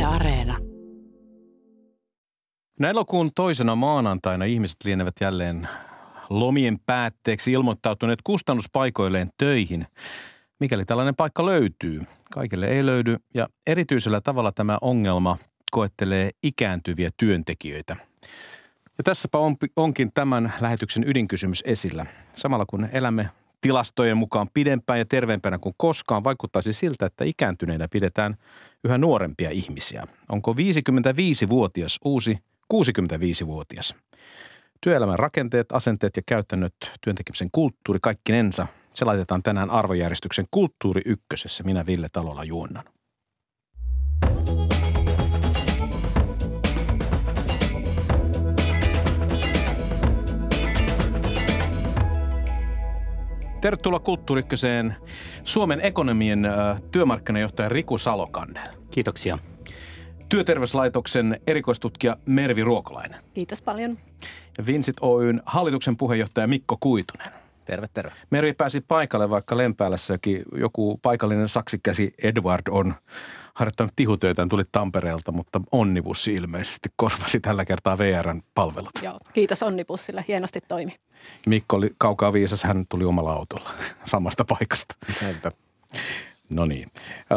Areena. Näin elokuun toisena maanantaina ihmiset lienevät jälleen lomien päätteeksi ilmoittautuneet kustannuspaikoilleen töihin, mikäli tällainen paikka löytyy. Kaikille ei löydy ja erityisellä tavalla tämä ongelma koettelee ikääntyviä työntekijöitä. Ja tässäpä onkin tämän lähetyksen ydinkysymys esillä. Samalla kun elämme tilastojen mukaan pidempään ja terveempänä kuin koskaan, vaikuttaisi siltä, että ikääntyneinä pidetään yhä nuorempia ihmisiä. Onko 55-vuotias uusi 65-vuotias? Työelämän rakenteet, asenteet ja käytännöt, työntekemisen kulttuuri, kaikkinensa. Se laitetaan tänään arvojärjestyksen Kulttuuri Ykkösessä. Minä Ville Talola juonnan. Tervetuloa Kulttuuri Ykköseen Suomen ekonomien työmarkkinajohtaja Riku Salokandel. Kiitoksia. Työterveyslaitoksen erikoistutkija Mervi Ruokolainen. Kiitos paljon. Ja Vincit Oyn hallituksen puheenjohtaja Mikko Kuitunen. Terve, terve. Mervi pääsi paikalle, vaikka Lempäälässäkin joku paikallinen saksikäsi Edward on harjoittanut tihutöitään, tuli Tampereelta, mutta Onnibussi ilmeisesti korvasi tällä kertaa VR:n palvelut. Joo, kiitos Onnibussille, hienosti toimi. Mikko oli kaukaa viisas, hän tuli omalla autolla samasta paikasta. Näinpä. No niin.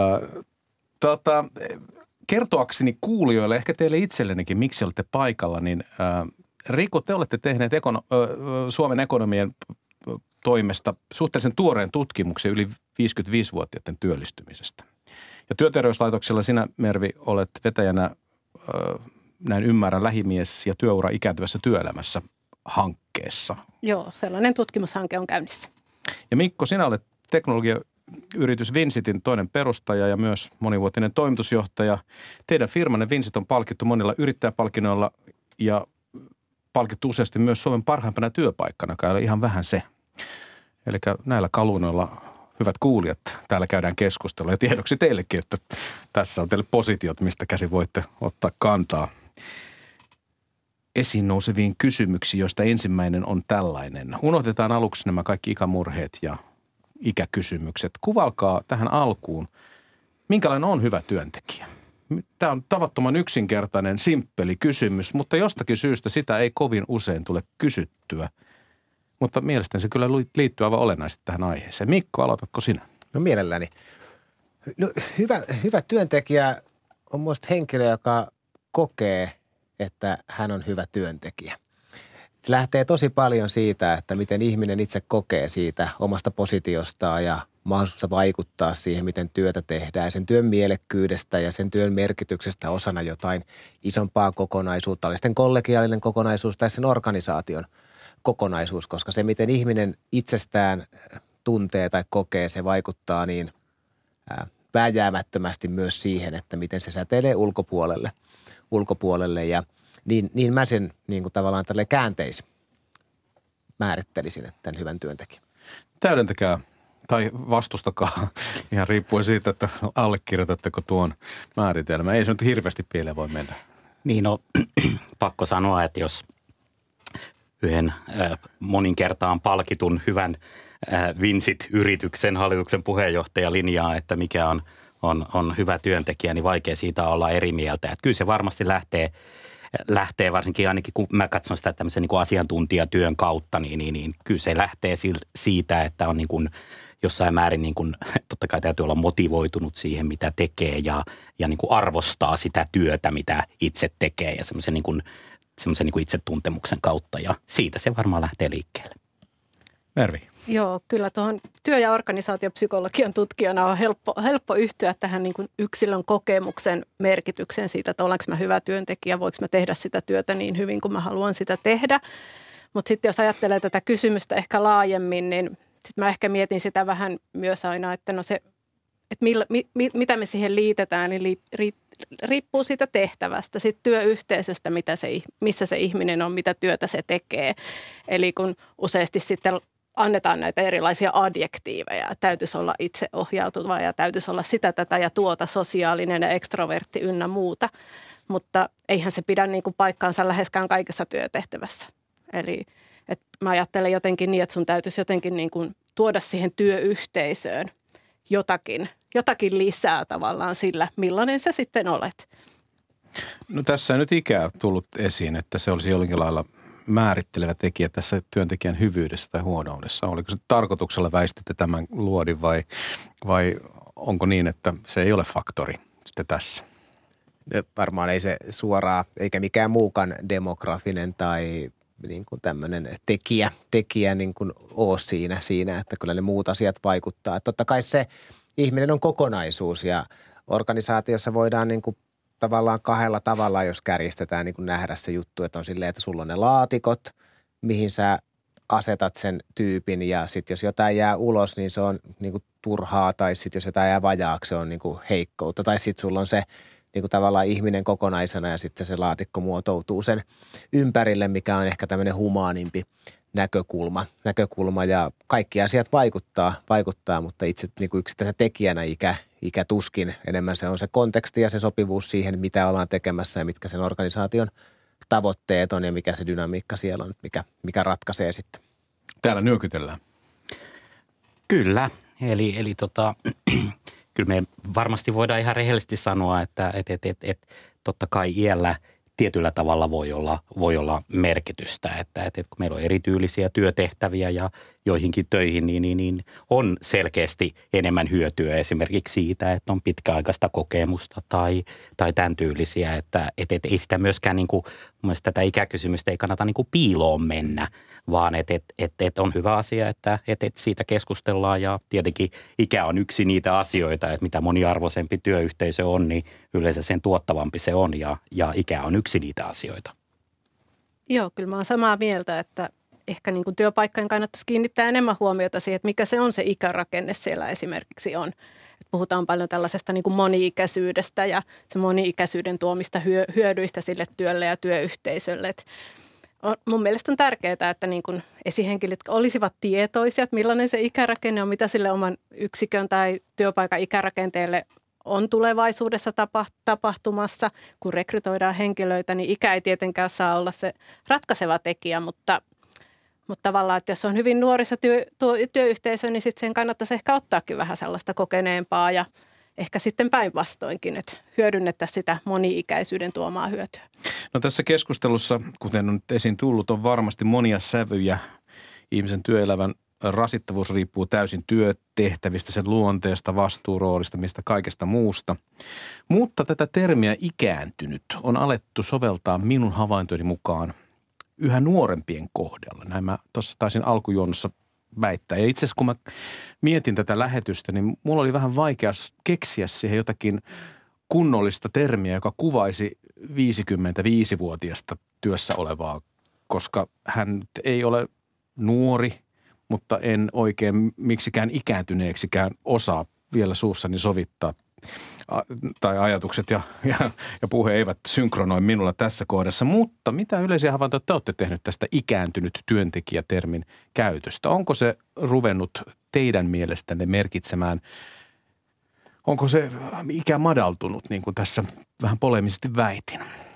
Kertoakseni kuulijoille, ehkä teille itsellenikin, miksi olette paikalla, niin Riku, te olette tehneet Suomen ekonomien toimesta suhteellisen tuoreen tutkimuksen yli 55-vuotiaiden työllistymisestä. Ja Työterveyslaitoksella sinä, Mervi, olet vetäjänä, näin ymmärrän, lähimies- ja työura ikääntyvässä työelämässä hankkeessa. Joo, sellainen tutkimushanke on käynnissä. Ja Mikko, sinä olet teknologiayritys Vincitin toinen perustaja ja myös monivuotinen toimitusjohtaja. Teidän firmanne Vincit on palkittu monilla yrittäjäpalkinnoilla ja palkittu useasti myös Suomen parhaimpana työpaikkana, joka ei ole ihan vähän se. Eli näillä kaluinoilla, hyvät kuulijat, täällä käydään keskustelua. Ja tiedoksi teillekin, että tässä on teille positiot, mistä käsin voitte ottaa kantaa esiin nouseviin kysymyksiin, joista ensimmäinen on tällainen. Unohdetaan aluksi nämä kaikki ikämurheet ja ikäkysymykset. Kuvailkaa tähän alkuun, minkälainen on hyvä työntekijä? Tämä on tavattoman yksinkertainen, simppeli kysymys, mutta jostakin syystä sitä ei kovin usein tule kysyttyä. Mutta mielestäni se kyllä liittyy aivan olennaisesti tähän aiheeseen. Mikko, aloitatko sinä? No mielelläni. No, hyvä työntekijä on minusta henkilö, joka kokee, että hän on hyvä työntekijä. Se lähtee tosi paljon siitä, että miten ihminen itse kokee siitä omasta positiostaan ja mahdollisuus vaikuttaa siihen, miten työtä tehdään, sen työn mielekkyydestä ja sen työn merkityksestä osana jotain isompaa kokonaisuutta, oli sitten kollegiaalinen kokonaisuus tai sen organisaation kokonaisuus, koska se, miten ihminen itsestään tuntee tai kokee, se vaikuttaa niin vääjäämättömästi myös siihen, että miten se säteilee ulkopuolelle ja niin mä sen niin kuin tavallaan tälleen käänteis määrittelisin, että tämän hyvän työntekijän. Täydentäkää tai vastustakaa, ihan riippuen siitä, että allekirjoitatteko tuon määritelmän. Ei se nyt hirveästi pieleen voi mennä. Niin pakko sanoa, että jos yhden monin kertaan palkitun hyvän Vincit-yrityksen hallituksen puheenjohtaja linjaa, että mikä on hyvä työntekijä, niin vaikea siitä olla eri mieltä. Että kyllä se varmasti lähtee varsinkin ainakin, kun mä katson sitä tämmöisen niin kuin asiantuntijatyön kautta, niin kyllä se lähtee siitä, että on niin kuin jossain määrin niin kuin, totta kai täytyy olla motivoitunut siihen, mitä tekee ja niin kuin arvostaa sitä työtä, mitä itse tekee ja semmoisen niin kuin itsetuntemuksen kautta ja siitä se varmaan lähtee liikkeelle. Mervi. Joo, kyllä tuohon työ- ja organisaatiopsykologian tutkijana on helppo yhtyä tähän niin kuin yksilön kokemuksen merkitykseen siitä, että olenko mä hyvä työntekijä, voiko mä tehdä sitä työtä niin hyvin kuin mä haluan sitä tehdä. Mutta sitten jos ajattelee tätä kysymystä ehkä laajemmin, niin sitten mä ehkä mietin sitä vähän myös aina, että no se, että mitä me siihen liitetään, niin riippuu siitä tehtävästä, siitä työyhteisöstä, missä se ihminen on, mitä työtä se tekee. Eli kun useasti sitten annetaan näitä erilaisia adjektiiveja, täytyisi olla itseohjautuva ja täytyisi olla sitä, tätä ja tuota, sosiaalinen ja ekstrovertti ynnä muuta. Mutta eihän se pidä niin kuin paikkaansa läheskään kaikessa työtehtävässä. Eli että mä ajattelen jotenkin niin, että sun täytyisi jotenkin niin kuin tuoda siihen työyhteisöön jotakin lisää tavallaan sillä, millainen sä sitten olet. No tässä ei nyt ikää tullut esiin, että se olisi jollakin lailla määrittelevä tekijä tässä työntekijän hyvyydessä tai huonoudessa. Oliko se tarkoituksella väistitte tämän luodin vai onko niin, että se ei ole faktori sitten tässä? Varmaan ei se suoraan, eikä mikään muukaan demografinen tai niin kuin tämmöinen tekijä niin kuin ole siinä, että kyllä ne muut asiat vaikuttaa. Että totta kai se ihminen on kokonaisuus ja organisaatiossa voidaan niin kuin tavallaan kahdella tavalla, jos kärjistetään niin kuin nähdä se juttu, että on silleen, että sulla on ne laatikot, mihin sä asetat sen tyypin ja sitten jos jotain jää ulos, niin se on niin kuin turhaa tai sitten jos jotain jää vajaaksi, se on niin kuin heikkoutta tai sitten sulla on se niin kuin tavallaan ihminen kokonaisena ja sitten se laatikko muotoutuu sen ympärille, mikä on ehkä tämmöinen humaanimpi näkökulma ja kaikki asiat vaikuttaa, mutta itse niin kuin yksittäisenä tekijänä ikä tuskin. Enemmän se on se konteksti ja se sopivuus siihen, mitä ollaan tekemässä ja mitkä sen organisaation tavoitteet on ja mikä se dynamiikka siellä on, mikä ratkaisee sitten. Täällä nyökytellään. Kyllä, eli kyllä me varmasti voidaan ihan rehellisesti sanoa, että totta kai iällä tietyllä tavalla voi olla merkitystä, että kun meillä on erityylisiä työtehtäviä ja joihinkin töihin, niin on selkeästi enemmän hyötyä esimerkiksi siitä, että on pitkäaikaista kokemusta tai tämän tyylisiä, että ei sitä myöskään niin kuin, mun mielestä tätä ikäkysymystä ei kannata niin kuin piiloon mennä, vaan että on hyvä asia, että siitä keskustellaan ja tietenkin ikä on yksi niitä asioita, että mitä moniarvoisempi työyhteisö on, niin yleensä sen tuottavampi se on ja ikä on yksi niitä asioita. Joo, kyllä mä oon samaa mieltä, että ehkä niin kuin työpaikkojen kannattaisi kiinnittää enemmän huomiota siihen, että mikä se on se ikärakenne siellä esimerkiksi on. Et puhutaan paljon tällaisesta niin kuin moni-ikäisyydestä ja se moni-ikäisyyden tuomista hyödyistä sille työlle ja työyhteisölle. Mun mielestä on tärkeää, että niin kuin esihenkilöt olisivat tietoisia, että millainen se ikärakenne on, mitä sille oman yksikön tai työpaikan ikärakenteelle on tulevaisuudessa tapahtumassa. Kun rekrytoidaan henkilöitä, niin ikä ei tietenkään saa olla se ratkaiseva tekijä, mutta tavallaan, että jos on hyvin nuorissa työyhteisö, niin sitten sen kannattaisi ehkä ottaakin vähän sellaista kokeneempaa ja ehkä sitten päinvastoinkin, että hyödynnettäisiin sitä moni-ikäisyyden tuomaa hyötyä. No tässä keskustelussa, kuten on nyt esiin tullut, on varmasti monia sävyjä. Ihmisen työelämän rasittavuus riippuu täysin työtehtävistä, sen luonteesta, vastuuroolista, mistä kaikesta muusta. Mutta tätä termiä ikääntynyt on alettu soveltaa minun havaintojeni mukaan yhä nuorempien kohdalla. Näin mä tuossa taisin alkujuonnossa väittää. Ja itse asiassa kun mä mietin tätä lähetystä, niin mulla oli vähän vaikea keksiä siihen jotakin kunnollista termiä, joka kuvaisi 55-vuotiasta työssä olevaa, koska hän ei ole nuori, mutta en oikein miksikään ikääntyneeksikään osaa vielä suussani sovittaa. Tai ajatukset ja puhe eivät synkronoi minulla tässä kohdassa. Mutta mitä yleisiä havaintoja te olette tehneet tästä ikääntynyt työntekijätermin käytöstä? Onko se ruvennut teidän mielestänne merkitsemään, onko se ikä madaltunut, niin kuin tässä vähän poleemisesti väitin?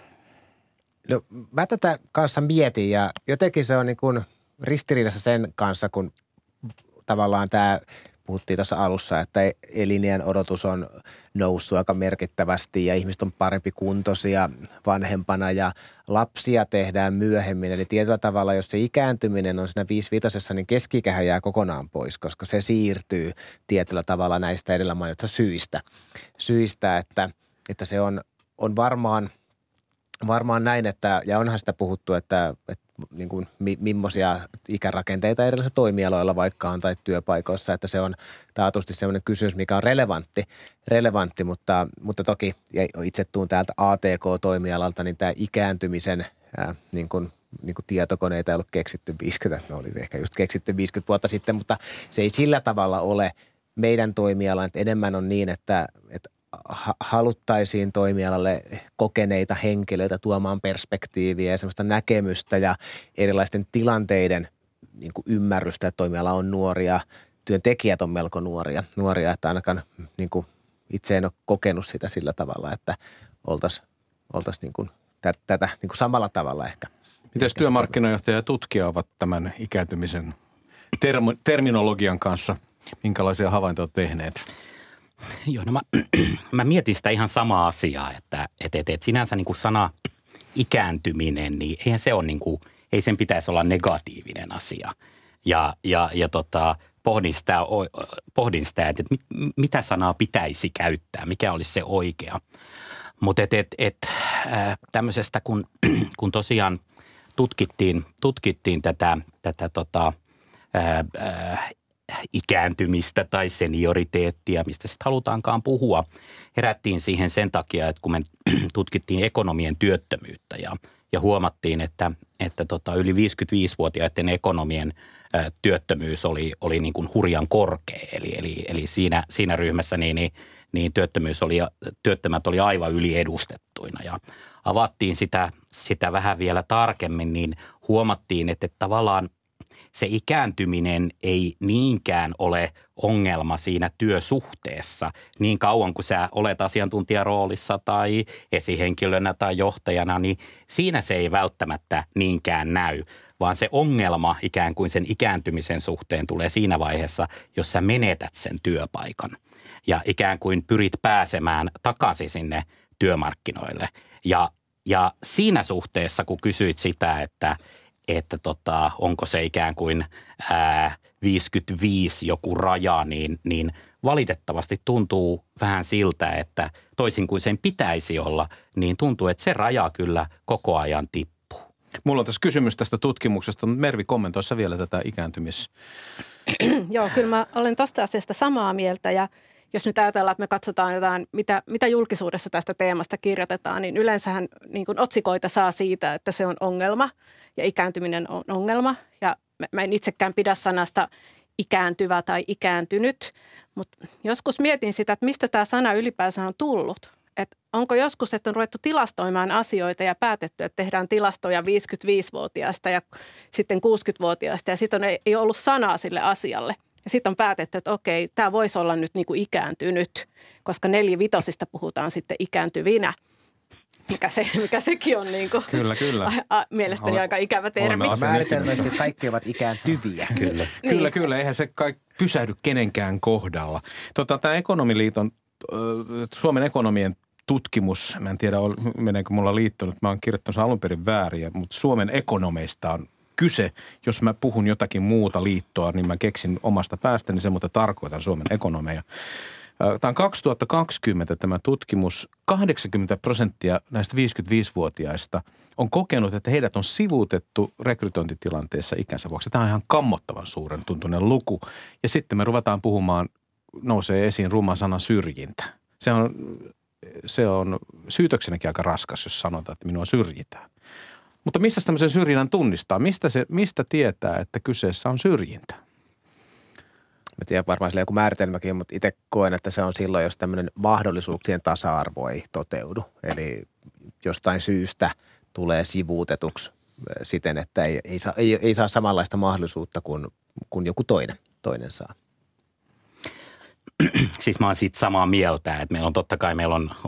No mä tätä kanssa mietin ja jotenkin se on niin kuin ristiriidassa sen kanssa, kun tavallaan tämä puhuttiin tuossa alussa, että eliniän odotus on noussut aika merkittävästi ja ihmiset on parempi kuntoisia vanhempana ja lapsia tehdään myöhemmin. Eli tietyllä tavalla, jos se ikääntyminen on siinä 5-5, niin keski-ikähän jää kokonaan pois, koska se siirtyy tietyllä tavalla näistä edellä mainituista syistä, että se on varmaan näin, että ja onhan sitä puhuttu, että niin kuin millaisia ikärakenteita erilaisilla toimialoilla vaikka on tai työpaikoissa, että se on taatusti sellainen kysymys, mikä on relevantti mutta toki ja itse tuun täältä ATK-toimialalta, niin tämä ikääntymisen niin kuin tietokoneita ei ollut keksitty 50, ne oli ehkä just keksitty 50 vuotta sitten, mutta se ei sillä tavalla ole meidän toimiala, että enemmän on niin, että haluttaisiin toimialalle kokeneita henkilöitä tuomaan perspektiiviä ja semmoista näkemystä ja erilaisten tilanteiden niin kuin ymmärrystä, että toimiala on nuoria, työntekijät on melko nuoria, että ainakaan niin kuin itse en ole kokenut sitä sillä tavalla, että oltaisiin niin kuin tätä niin kuin samalla tavalla ehkä. Miten työmarkkinajohtaja ja tutkija ovat tämän ikääntymisen terminologian kanssa, minkälaisia havaintoja tehneet? Joo, no mä mietin sitä ihan samaa asiaa, että sinänsä niin kuin sana ikääntyminen, niin eihän se ole niin kuin, ei sen pitäisi olla negatiivinen asia. Pohdin sitä, että mitä sanaa pitäisi käyttää, mikä olisi se oikea. Mutta tämmöisestä, kun tosiaan tutkittiin tätä ikääntymistä tai senioriteettia, mistä sitten halutaankaan puhua. Herättiin siihen sen takia, että kun me tutkittiin ekonomien työttömyyttä ja huomattiin, että yli 55-vuotiaiden ekonomien työttömyys oli niin kuin hurjan korkea. Eli siinä ryhmässä niin työttömät oli aivan yliedustettuina ja avattiin sitä vähän vielä tarkemmin, niin huomattiin, että tavallaan se ikääntyminen ei niinkään ole ongelma siinä työsuhteessa niin kauan kuin sä olet asiantuntijaroolissa tai esihenkilönä tai johtajana, niin siinä se ei välttämättä niinkään näy, vaan se ongelma ikään kuin sen ikääntymisen suhteen tulee siinä vaiheessa, jos sä menetät sen työpaikan ja ikään kuin pyrit pääsemään takaisin sinne työmarkkinoille. Ja siinä suhteessa, kun kysyit sitä, että onko se ikään kuin 55 joku raja, niin valitettavasti tuntuu vähän siltä, että toisin kuin sen pitäisi olla, niin tuntuu, että se raja kyllä koko ajan tippuu. Mulla on tässä kysymys tästä tutkimuksesta, mutta Mervi, kommentoissa vielä tätä Joo, kyllä mä olen tuosta asiasta samaa mieltä ja jos nyt ajatellaan, että me katsotaan jotain, mitä julkisuudessa tästä teemasta kirjoitetaan, niin yleensähän niin kuin otsikoita saa siitä, että se on ongelma ja ikääntyminen on ongelma. Ja mä en itsekään pidä sanasta ikääntyvä tai ikääntynyt, mutta joskus mietin sitä, että mistä tämä sana ylipäänsä on tullut. Että onko joskus, että on ruvettu tilastoimaan asioita ja päätetty, että tehdään tilastoja 55-vuotiaista ja sitten 60-vuotiaista ja sitten ei ollut sanaa sille asialle. Ja sitten on päätetty, että okei, tämä voisi olla nyt niin kuin ikääntynyt, koska 4-5 puhutaan sitten ikääntyvinä, mikä sekin on niin kuin Kyllä. Mielestäni aika ikävä termi. Määritelmästi kaikki ovat ikääntyviä. Kyllä. Eihän se pysähdy kenenkään kohdalla. Tämä Ekonomiliiton, Suomen ekonomien tutkimus, mä en tiedä meneekö mulla liittynyt, mä oon kirjoittanut sen alun perin väärin, mutta Suomen ekonomeista on kyse. Jos mä puhun jotakin muuta liittoa, niin mä keksin omasta päästäni sen, mutta tarkoitan Suomen ekonomeja. Tämä on 2020 tämä tutkimus. 80% näistä 55-vuotiaista on kokenut, että heidät on sivuutettu rekrytointitilanteessa ikänsä vuoksi. Tämä on ihan kammottavan suuren tuntunen luku. Ja sitten me ruvetaan puhumaan, nousee esiin ruma sana syrjintä. Se on syytöksenäkin aika raskas, jos sanotaan, että minua syrjitään. Mutta mistä tämmöisen syrjinnän tunnistaa? Mistä tietää, että kyseessä on syrjintä? Mä tiedän varmaan sillä joku määritelmäkin, mutta itse koen, että se on silloin, jos tämmöinen mahdollisuuksien tasa-arvo ei toteudu. Eli jostain syystä tulee sivuutetuksi siten, että ei saa samanlaista mahdollisuutta kuin joku toinen saa. Siis mä oon siitä samaa mieltä, että meillä on totta kai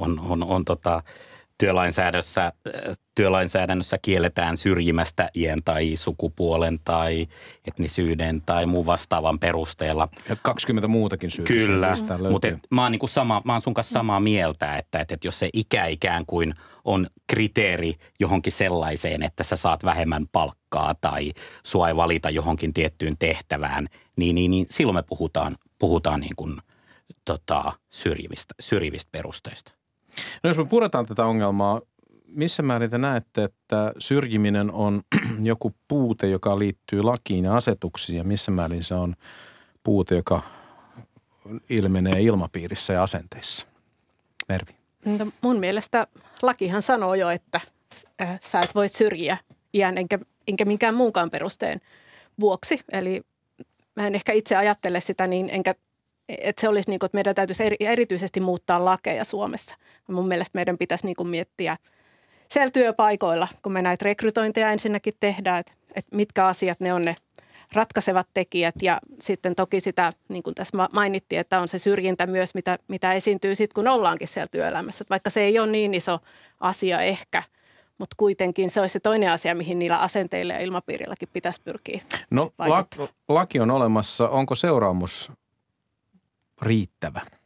työlainsäädännössä kielletään syrjimästä iän tai sukupuolen tai etnisyyden tai muun vastaavan perusteella. Ja 20 muutakin syytä. Kyllä, mutta mä oon sun kanssa samaa mieltä, että jos se ikä ikään kuin on kriteeri johonkin sellaiseen, että sä saat vähemmän palkkaa tai sua ei valita johonkin tiettyyn tehtävään, niin silloin me puhutaan niin kuin syrjivistä perusteista. No jos me puretaan tätä ongelmaa, missä määrin te näette, että syrjiminen on joku puute, joka liittyy lakiin ja asetuksiin ja missä määrin se on puute, joka ilmenee ilmapiirissä ja asenteissa? Mervi. No mun mielestä lakihan sanoo jo, että sä et voi syrjiä iän enkä minkään muunkaan perusteen vuoksi. Eli mä en ehkä itse ajattele sitä niin, että se olisi niin kuin, että meidän täytyisi erityisesti muuttaa lakeja Suomessa. Mun mielestä meidän pitäisi niin kuin miettiä siellä työpaikoilla, kun me näitä rekrytointeja ensinnäkin tehdään, että mitkä asiat ne on ne ratkaisevat tekijät. Ja sitten toki sitä, niin kuin tässä mainittiin, että on se syrjintä myös, mitä esiintyy sitten, kun ollaankin siellä työelämässä. Että vaikka se ei ole niin iso asia ehkä, mutta kuitenkin se olisi se toinen asia, mihin niillä asenteilla ja ilmapiirilläkin pitäisi pyrkiä. No laki on olemassa. Onko seuraamus riittävä?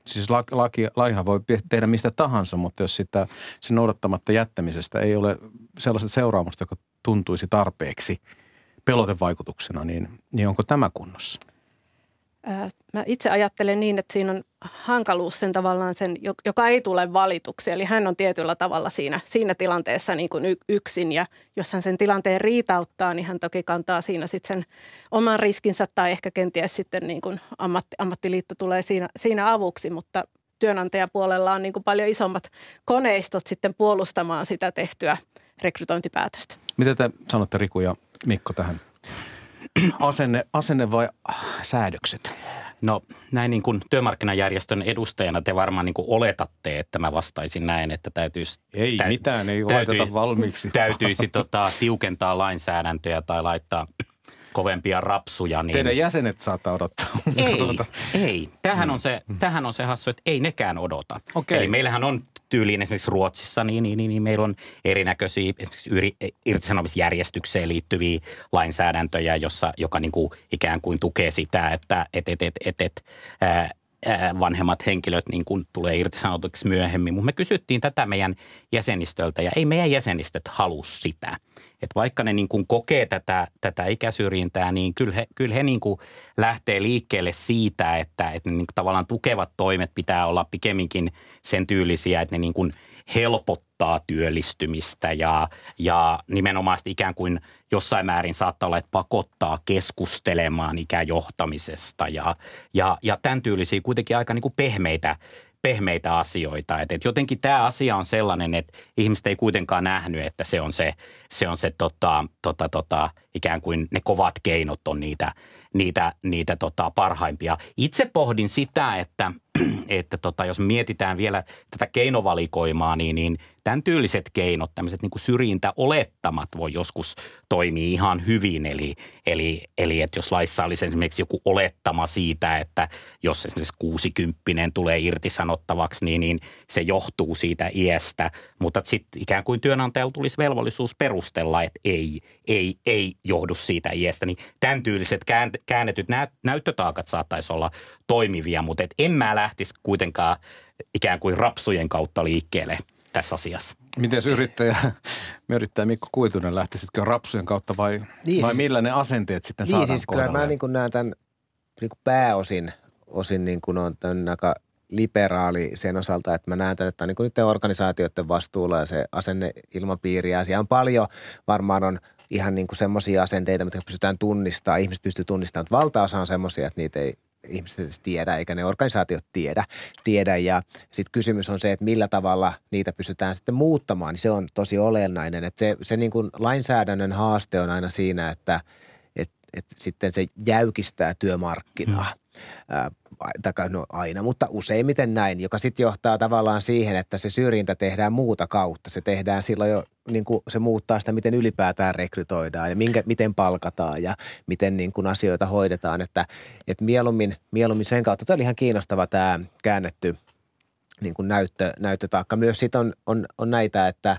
Siis lakihan voi tehdä mistä tahansa, mutta jos sitä sen noudattamatta jättämisestä ei ole sellaista seuraamusta, joka tuntuisi tarpeeksi pelotevaikutuksena, niin onko tämä kunnossa? Mä itse ajattelen niin, että siinä on hankaluus sen tavallaan sen, joka ei tule valituksi. Eli hän on tietyllä tavalla siinä tilanteessa niin kuin yksin ja jos hän sen tilanteen riitauttaa, niin hän toki kantaa siinä sitten sen oman riskinsä tai ehkä kenties sitten niin kuin ammattiliitto tulee siinä avuksi, mutta työnantajapuolella on niin kuin paljon isommat koneistot sitten puolustamaan sitä tehtyä rekrytointipäätöstä. Mitä te sanotte Riku ja Mikko tähän? Asenne vai säädökset? No näin niin kuin työmarkkinajärjestön edustajana te varmaan niin kuin oletatte, että mä vastaisin näin, että mitään ei laiteta valmiiksi. Täytyisi tiukentaa lainsäädäntöjä tai laittaa kovempia rapsuja. Niin teidän jäsenet saattaa odottaa. Ei. Tämähän on se hassu, että ei nekään odota. Okay. Eli meillähän on tyyliin esimerkiksi Ruotsissa, niin meillä on erinäköisiä esimerkiksi irtisanomisjärjestykseen liittyviä lainsäädäntöjä, joka niin kuin ikään kuin tukee sitä, että vanhemmat henkilöt niin kuin tulee irtisanotuksi myöhemmin. Mutta me kysyttiin tätä meidän jäsenistöltä ja ei meidän jäsenistöt halua sitä. Että vaikka ne niin kuin kokee tätä ikäsyrjintää, niin kyllä he niin kuin lähtee liikkeelle siitä, että ne niin kuin tavallaan tukevat toimet pitää olla pikemminkin sen tyylisiä, että ne niin kuin helpottaa työllistymistä ja nimenomaan ikään kuin jossain määrin saattaa olla, että pakottaa keskustelemaan ikäjohtamisesta ja tämän tyylisiä kuitenkin aika niin kuin pehmeitä asioita. Et jotenkin tämä asia on sellainen, että ihmiset ei kuitenkaan nähnyt, että se on se ikään kuin ne kovat keinot on niitä parhaimpia. Itse pohdin sitä, että jos mietitään vielä tätä keinovalikoimaa, niin tämän tyyliset keinot, tämmöiset niin kuin syrjintäolettamat voi joskus toimia ihan hyvin. Eli että jos laissa olisi esimerkiksi joku olettama siitä, että jos esimerkiksi 60 tulee irtisanottavaksi, niin se johtuu siitä iästä. Mutta sitten ikään kuin työnantajalla tulisi velvollisuus perustella, että ei johdu siitä iästä. Niin tämän tyyliset käännetyt näyttötaakat saattaisi olla toimivia, mutta en mä lähtisi kuitenkaan ikään kuin rapsujen kautta liikkeelle tässä asiassa. Miten yrittäjä Mikko Kuitunen, lähtisitkö rapsujen kautta vai millä ne asenteet sitten saadaan siis kohdalle? Kyllä mä niin kuin näen tämän niin kuin pääosin niin kuin on tämän aika liberaali sen osalta, että mä näen tämän, että on niin kuin niiden organisaatioiden vastuulla ja se asenneilmapiiri ja siellä on paljon, varmaan on ihan niin kuin semmoisia asenteita, mitä pystytään tunnistamaan, ihmiset pystyy tunnistamaan, että valtaosa on semmoisia, että niitä ei ihmiset edes tiedä, eikä ne organisaatiot tiedä. Ja sitten kysymys on se, että millä tavalla niitä pystytään sitten muuttamaan, niin se on tosi olennainen. Että se niin kuin lainsäädännön haaste on aina siinä, että sitten se jäykistää työmarkkinaa. No aina, mutta useimmiten näin, joka sitten johtaa tavallaan siihen, että se syrjintä tehdään muuta kautta. Se tehdään silloin jo, niin kuin se muuttaa sitä, miten ylipäätään rekrytoidaan ja miten palkataan ja miten niin kuin asioita hoidetaan. Että mieluummin sen kautta. Tämä oli ihan kiinnostava tämä käännetty niin kuin näyttötaakka. Myös sitten on näitä, että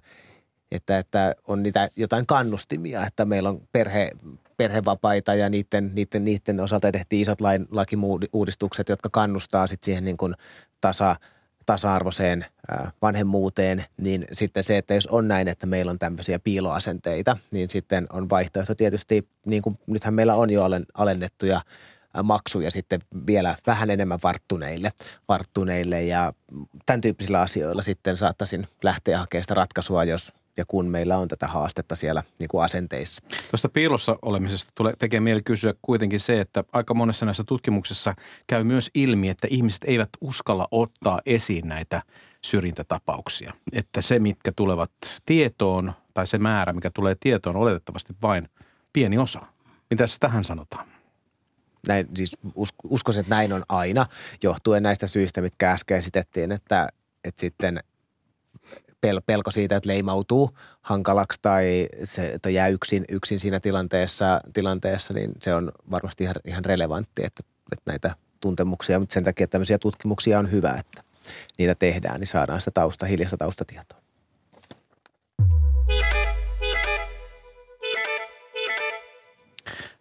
on niitä jotain kannustimia, että meillä on perhevapaita ja niiden osalta tehtiin isot lakiuudistukset, jotka kannustaa sitten siihen niin kuin tasa-arvoiseen vanhemmuuteen, niin sitten se, että jos on näin, että meillä on tämmöisiä piiloasenteita, niin sitten on vaihtoehto tietysti, niin kuin nythän meillä on jo alennettuja maksuja sitten vielä vähän enemmän varttuneille ja tämän tyyppisillä asioilla sitten saattaisin lähteä hakemaan sitä ratkaisua, jos ja kun meillä on tätä haastetta siellä niin kuin asenteissa. Tuosta piilossa olemisesta tekee mieli kysyä kuitenkin se, että aika monessa näissä tutkimuksissa käy myös ilmi, että ihmiset eivät uskalla ottaa esiin näitä syrjintätapauksia. Että se, mitkä tulevat tietoon tai se määrä, mikä tulee tietoon, on oletettavasti vain pieni osa. Mitäs tähän sanotaan? Näin, siis uskoisin, että näin on aina, johtuen näistä syistä, mitkä äsken esitettiin, että sitten pelko siitä, että leimautuu hankalaksi tai se että jää yksin siinä tilanteessa, niin se on varmasti ihan relevantti, että näitä tuntemuksia, mutta sen takia tämmöisiä tutkimuksia on hyvä, että niitä tehdään, niin saadaan sitä hiljaista taustatietoa.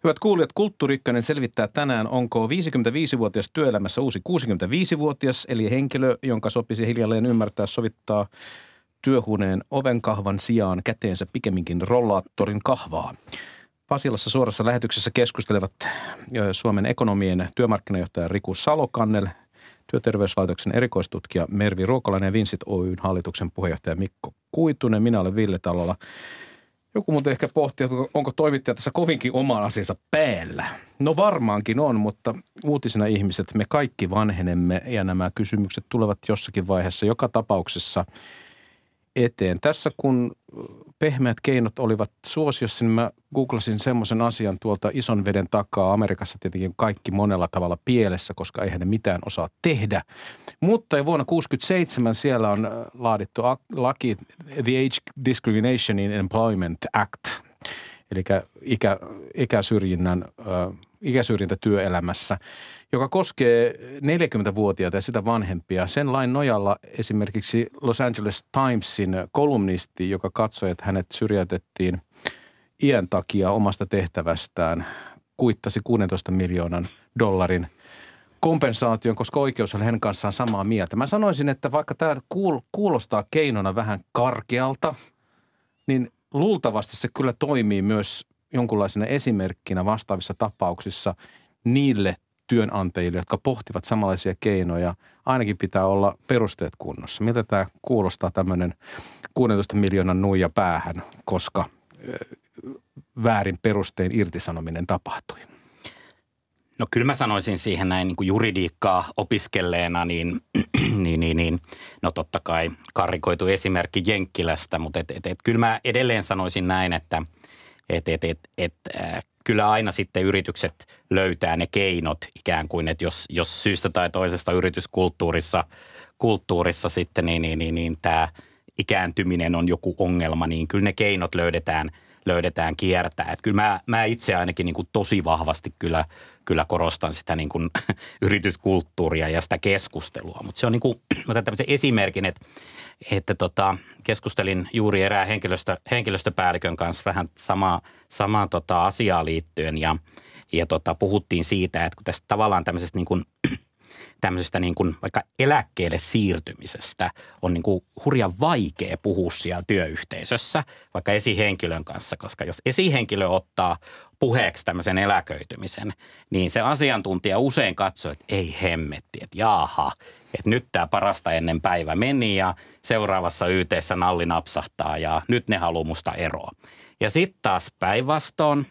Hyvät kuulijat, Kulttuuri Ykkönen selvittää tänään, onko 55-vuotias työelämässä uusi 65-vuotias, eli henkilö, jonka sopisi hiljalleen ymmärtää sovittaa työhuoneen ovenkahvan sijaan käteensä pikemminkin rollaattorin kahvaa. Pasilassa suorassa lähetyksessä keskustelevat Suomen ekonomien työmarkkinajohtaja Riku Salokannel, Työterveyslaitoksen erikoistutkija Mervi Ruokolainen ja Vincit Oyn hallituksen puheenjohtaja Mikko Kuitunen. Minä olen Ville Talola. Joku muuten ehkä pohtii, että onko toimittaja tässä kovinkin oman asiansa päällä. No varmaankin on, mutta uutisena ihmiset, me kaikki vanhenemme ja nämä kysymykset tulevat jossakin vaiheessa joka tapauksessa eteen. Tässä kun pehmeät keinot olivat suosiossa, niin mä googlasin semmoisen asian tuolta ison veden takaa. Amerikassa tietenkin kaikki monella tavalla pielessä, koska eihän ne mitään osaa tehdä. Mutta jo vuonna 1967 siellä on laadittu laki The Age Discrimination in Employment Act, eli ikäsyrjintä työelämässä, joka koskee 40-vuotiaita ja sitä vanhempia. Sen lain nojalla esimerkiksi Los Angeles Timesin kolumnisti, joka katsoi, että hänet syrjäytettiin iän takia omasta tehtävästään, kuittasi $16 miljoonan kompensaation, koska oikeus oli hänen kanssaan samaa mieltä. Mä sanoisin, että vaikka tämä kuulostaa keinona vähän karkealta, niin luultavasti se kyllä toimii myös jonkunlaisena esimerkkinä vastaavissa tapauksissa niille työnantajille, jotka pohtivat samanlaisia keinoja. Ainakin pitää olla perusteet kunnossa. Miltä tämä kuulostaa tämmöinen 16 miljoonan nuija päähän, koska väärin perustein irtisanominen tapahtui? No kyllä mä sanoisin siihen näin niin kuin juridiikkaa opiskelleena, niin no totta kai karrikoitu esimerkki Jenkkilästä, mutta kyllä mä edelleen sanoisin näin, että kyllä aina sitten yritykset löytää ne keinot ikään kuin, että jos syystä tai toisesta yrityskulttuurissa sitten niin tämä ikääntyminen on joku ongelma, niin kyllä ne keinot löydetään kiertää. Että kyllä mä itse ainakin niin kuin tosi vahvasti kyllä korostan sitä niin kuin yrityskulttuuria ja sitä keskustelua. Mutta se on niin kuin, otan tämmöisen esimerkin, että keskustelin juuri erään henkilöstöpäällikön kanssa vähän samaa asiaa liittyen ja puhuttiin siitä, että kun tästä tavallaan tämmöisestä niin kuin vaikka eläkkeelle siirtymisestä on niin kuin hurjan vaikea puhua siellä työyhteisössä, vaikka esihenkilön kanssa, koska jos esihenkilö ottaa puheeksi tämmöisen eläköitymisen, niin se asiantuntija usein katsoo, että ei hemmetti, että jaaha, että nyt tämä parasta ennen päivä meni ja seuraavassa YT:ssä nalli napsahtaa ja nyt ne haluaa musta eroa. Ja sitten taas päinvastoin,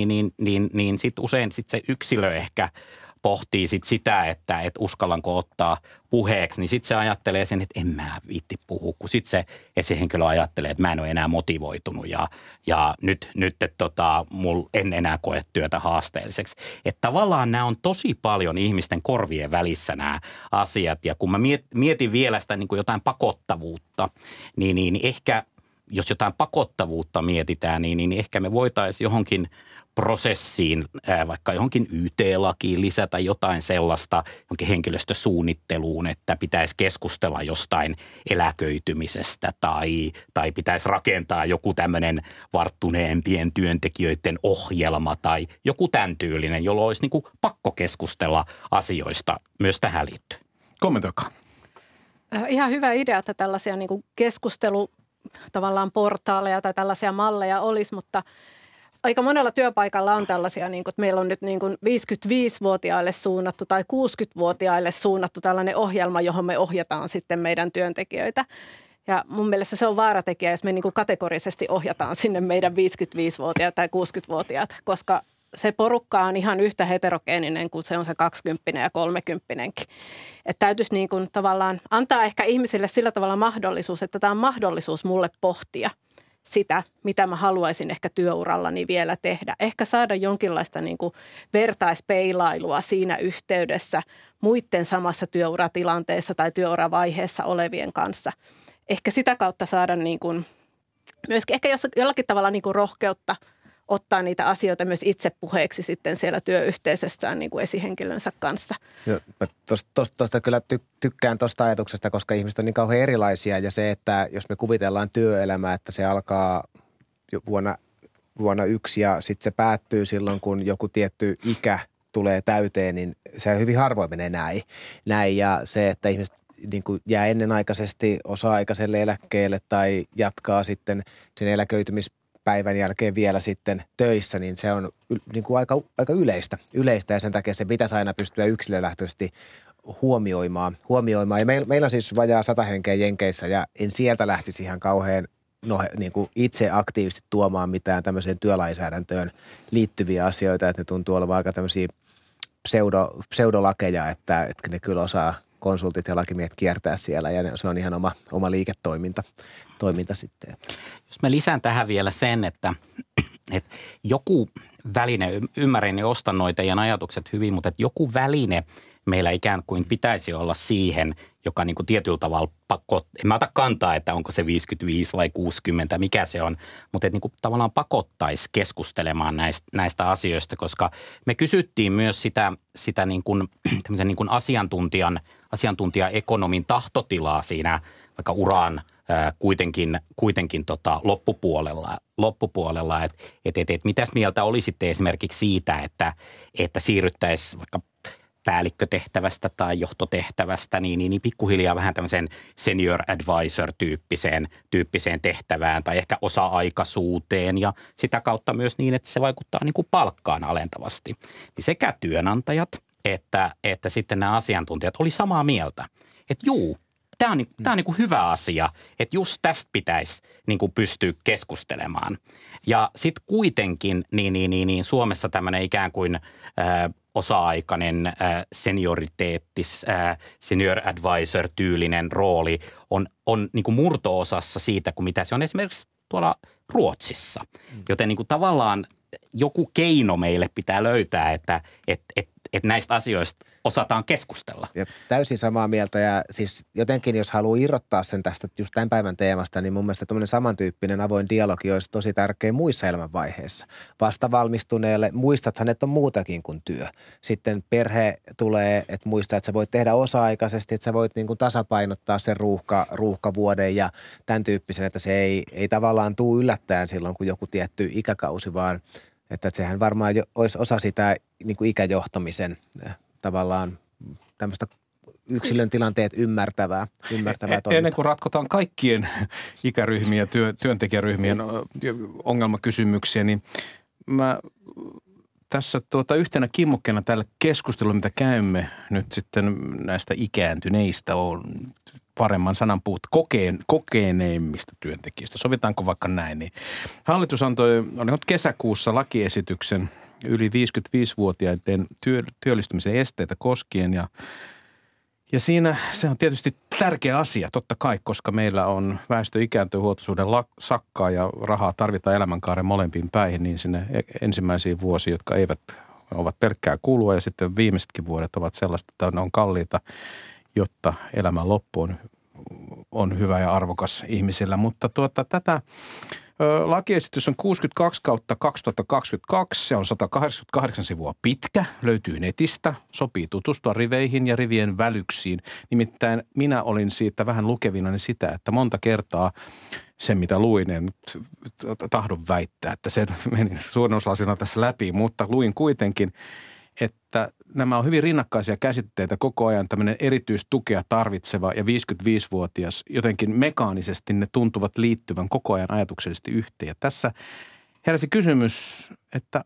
niin sitten usein sit se yksilö ehkä pohtii sitä, että uskallanko ottaa puheeksi, niin sitten se ajattelee sen, että en mä viitti puhua, kun sitten se esihenkilö ajattelee, että mä en ole enää motivoitunut ja nyt mulla en enää koe työtä haasteelliseksi. Että tavallaan nämä on tosi paljon ihmisten korvien välissä nämä asiat ja kun mä mietin vielä sitä niin kuin jotain pakottavuutta, niin ehkä jos jotain pakottavuutta mietitään, niin ehkä me voitaisiin johonkin prosessiin, vaikka johonkin YT-lakiin lisätä jotain sellaista, johonkin henkilöstösuunnitteluun, että pitäisi keskustella jostain eläköitymisestä tai pitäisi rakentaa joku tämmöinen varttuneempien työntekijöiden ohjelma tai joku tämän tyylinen, jolloin olisi niin kuin pakko keskustella asioista myös tähän liittyen. Kommentoikaa. Ihan hyvä idea, että tällaisia niin kuin keskustelu tavallaan portaaleja tai tällaisia malleja olisi, mutta aika monella työpaikalla on tällaisia, niin kuin, että meillä on nyt niin kuin 55-vuotiaille suunnattu tai 60-vuotiaille suunnattu tällainen ohjelma, johon me ohjataan sitten meidän työntekijöitä. Ja mun mielestä se on vaaratekijä, jos me niin kuin kategorisesti ohjataan sinne meidän 55-vuotiaat tai 60-vuotiaat, koska se porukka on ihan yhtä heterogeeninen kuin se on se 20 ja 30-kin. Että täytyisi niin kuin tavallaan antaa ehkä ihmisille sillä tavalla mahdollisuus, että tämä on mahdollisuus mulle pohtia sitä, mitä mä haluaisin ehkä työurallani vielä tehdä. Ehkä saada jonkinlaista niin kuin vertaispeilailua siinä yhteydessä muiden samassa työuratilanteessa tai työuravaiheessa olevien kanssa. Ehkä sitä kautta saada niin kuin, myöskin ehkä jollakin tavalla niin kuin rohkeutta ottaa niitä asioita myös itse puheeksi sitten siellä työyhteisössään niin kuin esihenkilönsä kanssa. Tuosta kyllä tykkään tuosta ajatuksesta, koska ihmiset on niin kauhean erilaisia ja se, että jos me kuvitellaan työelämää, että se alkaa jo vuonna vuonna 1 ja sitten se päättyy silloin, kun joku tietty ikä tulee täyteen, niin se hyvin harvoin menee näin. Ja se, että ihmiset niin kuin jää ennenaikaisesti osa-aikaiselle eläkkeelle tai jatkaa sitten sen eläköitymispäivän jälkeen vielä sitten töissä, niin se on niin kuin aika yleistä ja sen takia se pitäisi aina pystyä yksilölähtöisesti huomioimaan. Ja meillä on siis vajaa 100 henkeä Jenkeissä ja en sieltä lähtisi ihan kauhean niin kuin itse aktiivisesti tuomaan mitään tämmöiseen työlainsäädäntöön liittyviä asioita, että ne tuntuu olevan aika tämmöisiä pseudolakeja, että ne kyllä osaa konsultit ja lakimiehet kiertää siellä ja se on ihan oma liiketoiminta sitten. Jos mä lisään tähän vielä sen, että joku väline, ymmärrän ja ostan noita teidän ajatukset hyvin, mutta että joku väline meillä ikään kuin pitäisi olla siihen, joka niin kuin tietyllä tavalla en mä ota kantaa, että onko se 55 vai 60, mikä se on, mutta että niin kuin tavallaan pakottaisi keskustelemaan näistä asioista, koska me kysyttiin myös sitä niin kuin, tämmöisen niin kuin asiantuntija-ekonomin tahtotilaa siinä vaikka uran kuitenkin loppupuolella, että mitäs mieltä olisitte esimerkiksi siitä, että siirryttäisiin vaikka päällikkötehtävästä tai johtotehtävästä, niin pikkuhiljaa vähän tämmöiseen senior advisor-tyyppiseen tehtävään tai ehkä osa-aikaisuuteen ja sitä kautta myös niin, että se vaikuttaa niin kuin palkkaan alentavasti. Niin sekä työnantajat että sitten nämä asiantuntijat oli samaa mieltä, että tämä on niin kuin hyvä asia, että just tästä pitäisi niin kuin pystyä keskustelemaan. Ja sitten kuitenkin niin Suomessa tämmöinen ikään kuin osa-aikainen senioriteettis, senior advisor-tyylinen rooli on niin kuin murto-osassa siitä, kuin mitä se on esimerkiksi tuolla Ruotsissa. Joten niin kuin tavallaan joku keino meille pitää löytää, että näistä asioista osataan keskustella. Ja täysin samaa mieltä ja siis jotenkin jos haluaa irrottaa sen tästä just tämän päivän teemasta, niin mun mielestä tämmöinen samantyyppinen avoin dialogi olisi tosi tärkeä muissa elämänvaiheissa. Vastavalmistuneelle muistathan, että on muutakin kuin työ. Sitten perhe tulee, että muistaa, että sä voit tehdä osa-aikaisesti, että sä voit niin kuin tasapainottaa sen ruuhkavuoden ja tämän tyyppisen, että se ei tavallaan tule yllättäen silloin, kun joku tietty ikäkausi, vaan että sehän varmaan olisi osa sitä niin kuin ikäjohtamisen tavallaan tämmöistä yksilön tilanteet ymmärtävää toimintaa. Ennen kuin ratkotaan kaikkien ikäryhmien ja työntekijäryhmien ongelmakysymyksiä, niin mä tässä yhtenä kimmokkeena tällä keskustelulla, mitä käymme nyt sitten näistä ikääntyneistä, on paremman sanan puhut kokeneimmista työntekijöistä. Sovitaanko vaikka näin? Niin hallitus antoi kesäkuussa lakiesityksen yli 55-vuotiaiden työllistymisen esteitä koskien ja siinä se on tietysti tärkeä asia totta kai, koska meillä on väestö ikääntyy, huoltosuhde sakkaa ja rahaa tarvitaan elämänkaaren molempiin päihin niin sinne ensimmäisiin vuosiin, jotka ovat pelkkää kulua ja sitten viimeisetkin vuodet ovat sellaista, että ne on kalliita, jotta elämän loppu on hyvä ja arvokas ihmisillä. Mutta tätä lakiesitys on 62/2022, se on 188 sivua pitkä, löytyy netistä, sopii tutustua riveihin ja rivien välyksiin. Nimittäin minä olin siitä vähän lukevinani sitä, että monta kertaa sen mitä luin, en tahdon väittää, että se meni suurennuslasina tässä läpi, mutta luin kuitenkin, että nämä on hyvin rinnakkaisia käsitteitä koko ajan, tämmöinen erityistukea tarvitseva ja 55-vuotias, jotenkin mekaanisesti ne tuntuvat liittyvän koko ajan ajatuksellisesti yhteen. Ja tässä heräsi kysymys, että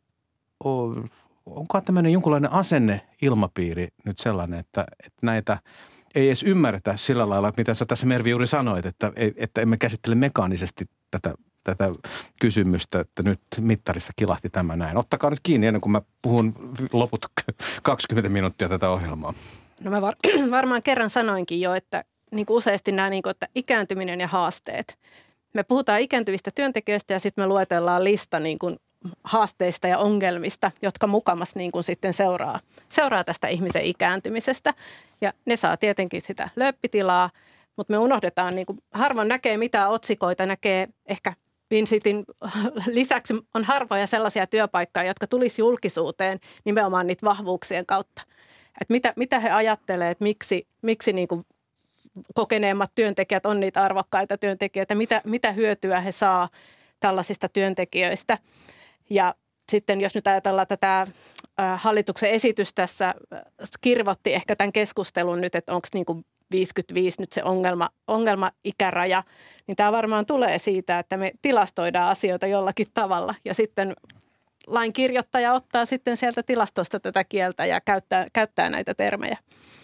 onko tämmöinen jonkunlainen asenneilmapiiri nyt sellainen, että näitä ei edes ymmärretä sillä lailla, mitä sä tässä Mervi juuri sanoit, että emme käsittele mekaanisesti tätä kysymystä, että nyt mittarissa kilahti tämä näin. Ottakaa nyt kiinni ennen kuin mä puhun loput 20 minuuttia tätä ohjelmaa. No mä varmaan kerran sanoinkin jo, että niin kuin useasti nämä, niin kuin, että ikääntyminen ja haasteet. Me puhutaan ikääntyvistä työntekijöistä ja sitten me luetellaan lista niin kuin haasteista ja ongelmista, jotka mukamas niin kuin sitten seuraa tästä ihmisen ikääntymisestä. Ja ne saa tietenkin sitä lööppitilaa, mutta me unohdetaan, niin kuin harvoin näkee mitään otsikoita, näkee ehkä Vincitin lisäksi on harvoja sellaisia työpaikkoja, jotka tulisi julkisuuteen nimenomaan niitä vahvuuksien kautta. Että mitä he ajattelevat, että miksi niin kuin kokeneemmat työntekijät on niitä arvokkaita työntekijöitä, mitä hyötyä he saa tällaisista työntekijöistä. Ja sitten jos nyt ajatellaan tätä hallituksen esitys tässä kirvotti ehkä tämän keskustelun nyt, että onko niin kuin 55 nyt se ongelma-ikäraja, niin tämä varmaan tulee siitä, että me tilastoidaan asioita jollakin tavalla ja sitten lainkirjoittaja ottaa sitten sieltä tilastosta tätä kieltä ja käyttää näitä termejä.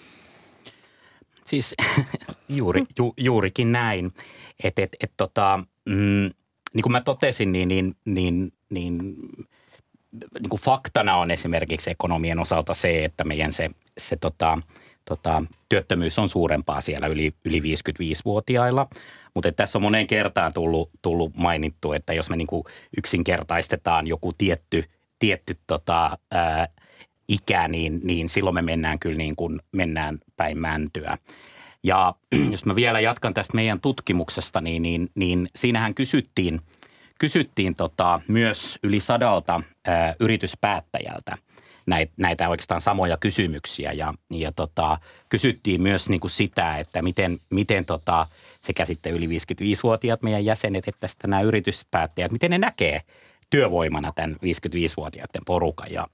Siis juurikin näin, että niin kuin mä totesin, niin kuin faktana on esimerkiksi ekonomien osalta se, että meidän se työttömyys on suurempaa siellä yli 55-vuotiailla. Mutta tässä on moneen kertaan tullut mainittu, että jos me niin kuin yksinkertaistetaan joku tietty ikä, niin silloin me mennään kyllä niin kuin mennään päin mäntyä. Ja jos mä vielä jatkan tästä meidän tutkimuksesta, niin siinähän kysyttiin myös yli 100 yrityspäättäjältä näitä oikeastaan samoja kysymyksiä ja kysyttiin myös niin kuin sitä, että miten sekä sitten yli 55-vuotiaat meidän jäsenet että sitten nämä yrityspäättäjät, miten ne näkee työvoimana tämän 55-vuotiaiden porukan ja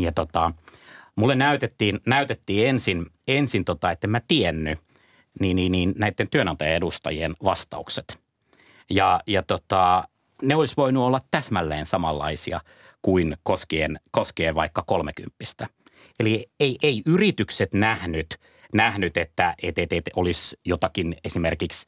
mulle näytettiin ensin että en mä tiennyt niin näiden työnantajan edustajien vastaukset ja ne olisi voinut olla täsmälleen samanlaisia kuin koskien vaikka 30. Eli ei yritykset nähnyt, että olisi jotakin esimerkiksi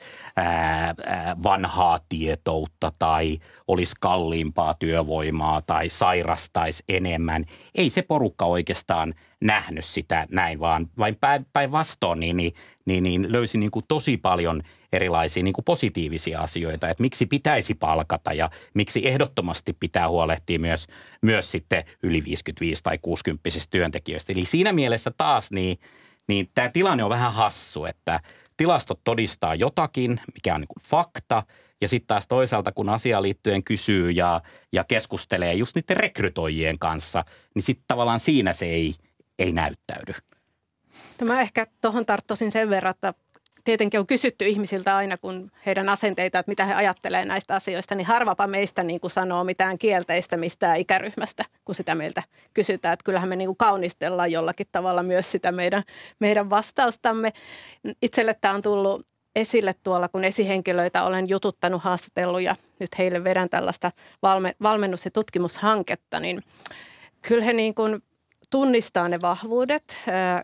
vanhaa tietoutta tai olisi kalliimpaa työvoimaa tai sairastaisi enemmän. Ei se porukka oikeastaan nähnyt sitä näin, vaan vain päinvastoin niin löysi niin kuin tosi paljon erilaisia niin kuin positiivisia asioita, että miksi pitäisi palkata ja miksi ehdottomasti pitää huolehtia myös sitten yli 55 tai 60 työntekijöistä. Eli siinä mielessä taas niin tämä tilanne on vähän hassu, että tilastot todistaa jotakin, mikä on niin kuin fakta, ja sitten taas toisaalta, kun asiaan liittyen kysyy ja keskustelee just niiden rekrytoijien kanssa, niin sitten tavallaan siinä se ei näyttäydy. No mä ehkä tuohon tarttoisin sen verran, että tietenkin on kysytty ihmisiltä aina, kun heidän asenteita, että mitä he ajattelee näistä asioista, niin harvapa meistä niin kuin sanoo mitään kielteistä mistään ikäryhmästä, kun sitä meiltä kysytään. Että kyllähän me niin kuin kaunistellaan jollakin tavalla myös sitä meidän vastaustamme. Itselle tämä on tullut esille tuolla, kun esihenkilöitä olen jututtanut, haastatellut ja nyt heille vedän tällaista valmennus- ja tutkimushanketta, niin kyllä he niin kuin tunnistaa ne vahvuudet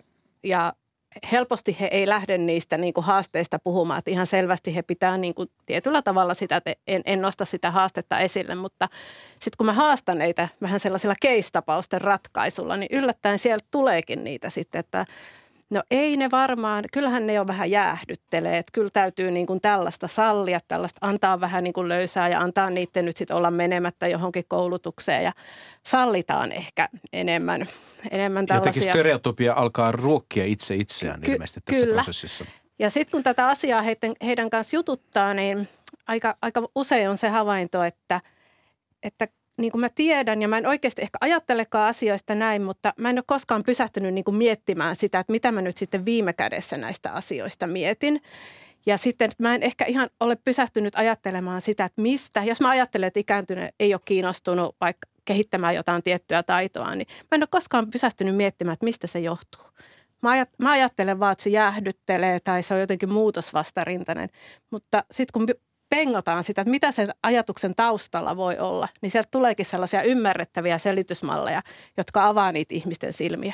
ja helposti he ei lähde niistä niin kuin haasteista puhumaan, että ihan selvästi he pitää niin kuin tietyllä tavalla sitä, että en nosta sitä haastetta esille, mutta sitten kun mä haastan neitä vähän sellaisilla case-tapausten ratkaisulla, niin yllättäen sieltä tuleekin niitä sitten, että no ei ne varmaan, kyllähän ne jo vähän jäähdyttelee, että kyllä täytyy niin kuin tällaista sallia, tällaista antaa vähän niin kuin löysää ja antaa niiden nyt sitten olla menemättä johonkin koulutukseen ja sallitaan ehkä enemmän tällaisia. Jotenkin stereotypia alkaa ruokkia itseään ilmeisesti tässä prosessissa. Ja sitten kun tätä asiaa heidän kanssa jututtaa, niin aika usein on se havainto, että niin kuin mä tiedän ja mä en oikeasti ehkä ajattelekaan asioista näin, mutta mä en ole koskaan pysähtynyt niin kuin miettimään sitä, että mitä mä nyt sitten viime kädessä näistä asioista mietin. Ja sitten mä en ehkä ihan ole pysähtynyt ajattelemaan sitä, että mistä, jos mä ajattelen, että ikääntynyt ei ole kiinnostunut vaikka kehittämään jotain tiettyä taitoa, niin mä en ole koskaan pysähtynyt miettimään, että mistä se johtuu. Mä ajattelen vaan, että se jäähdyttelee tai se on jotenkin muutosvastarintainen, mutta sitten kun pengotaan sitä, että mitä sen ajatuksen taustalla voi olla, niin sieltä tuleekin sellaisia ymmärrettäviä selitysmalleja, jotka avaa niitä ihmisten silmiä.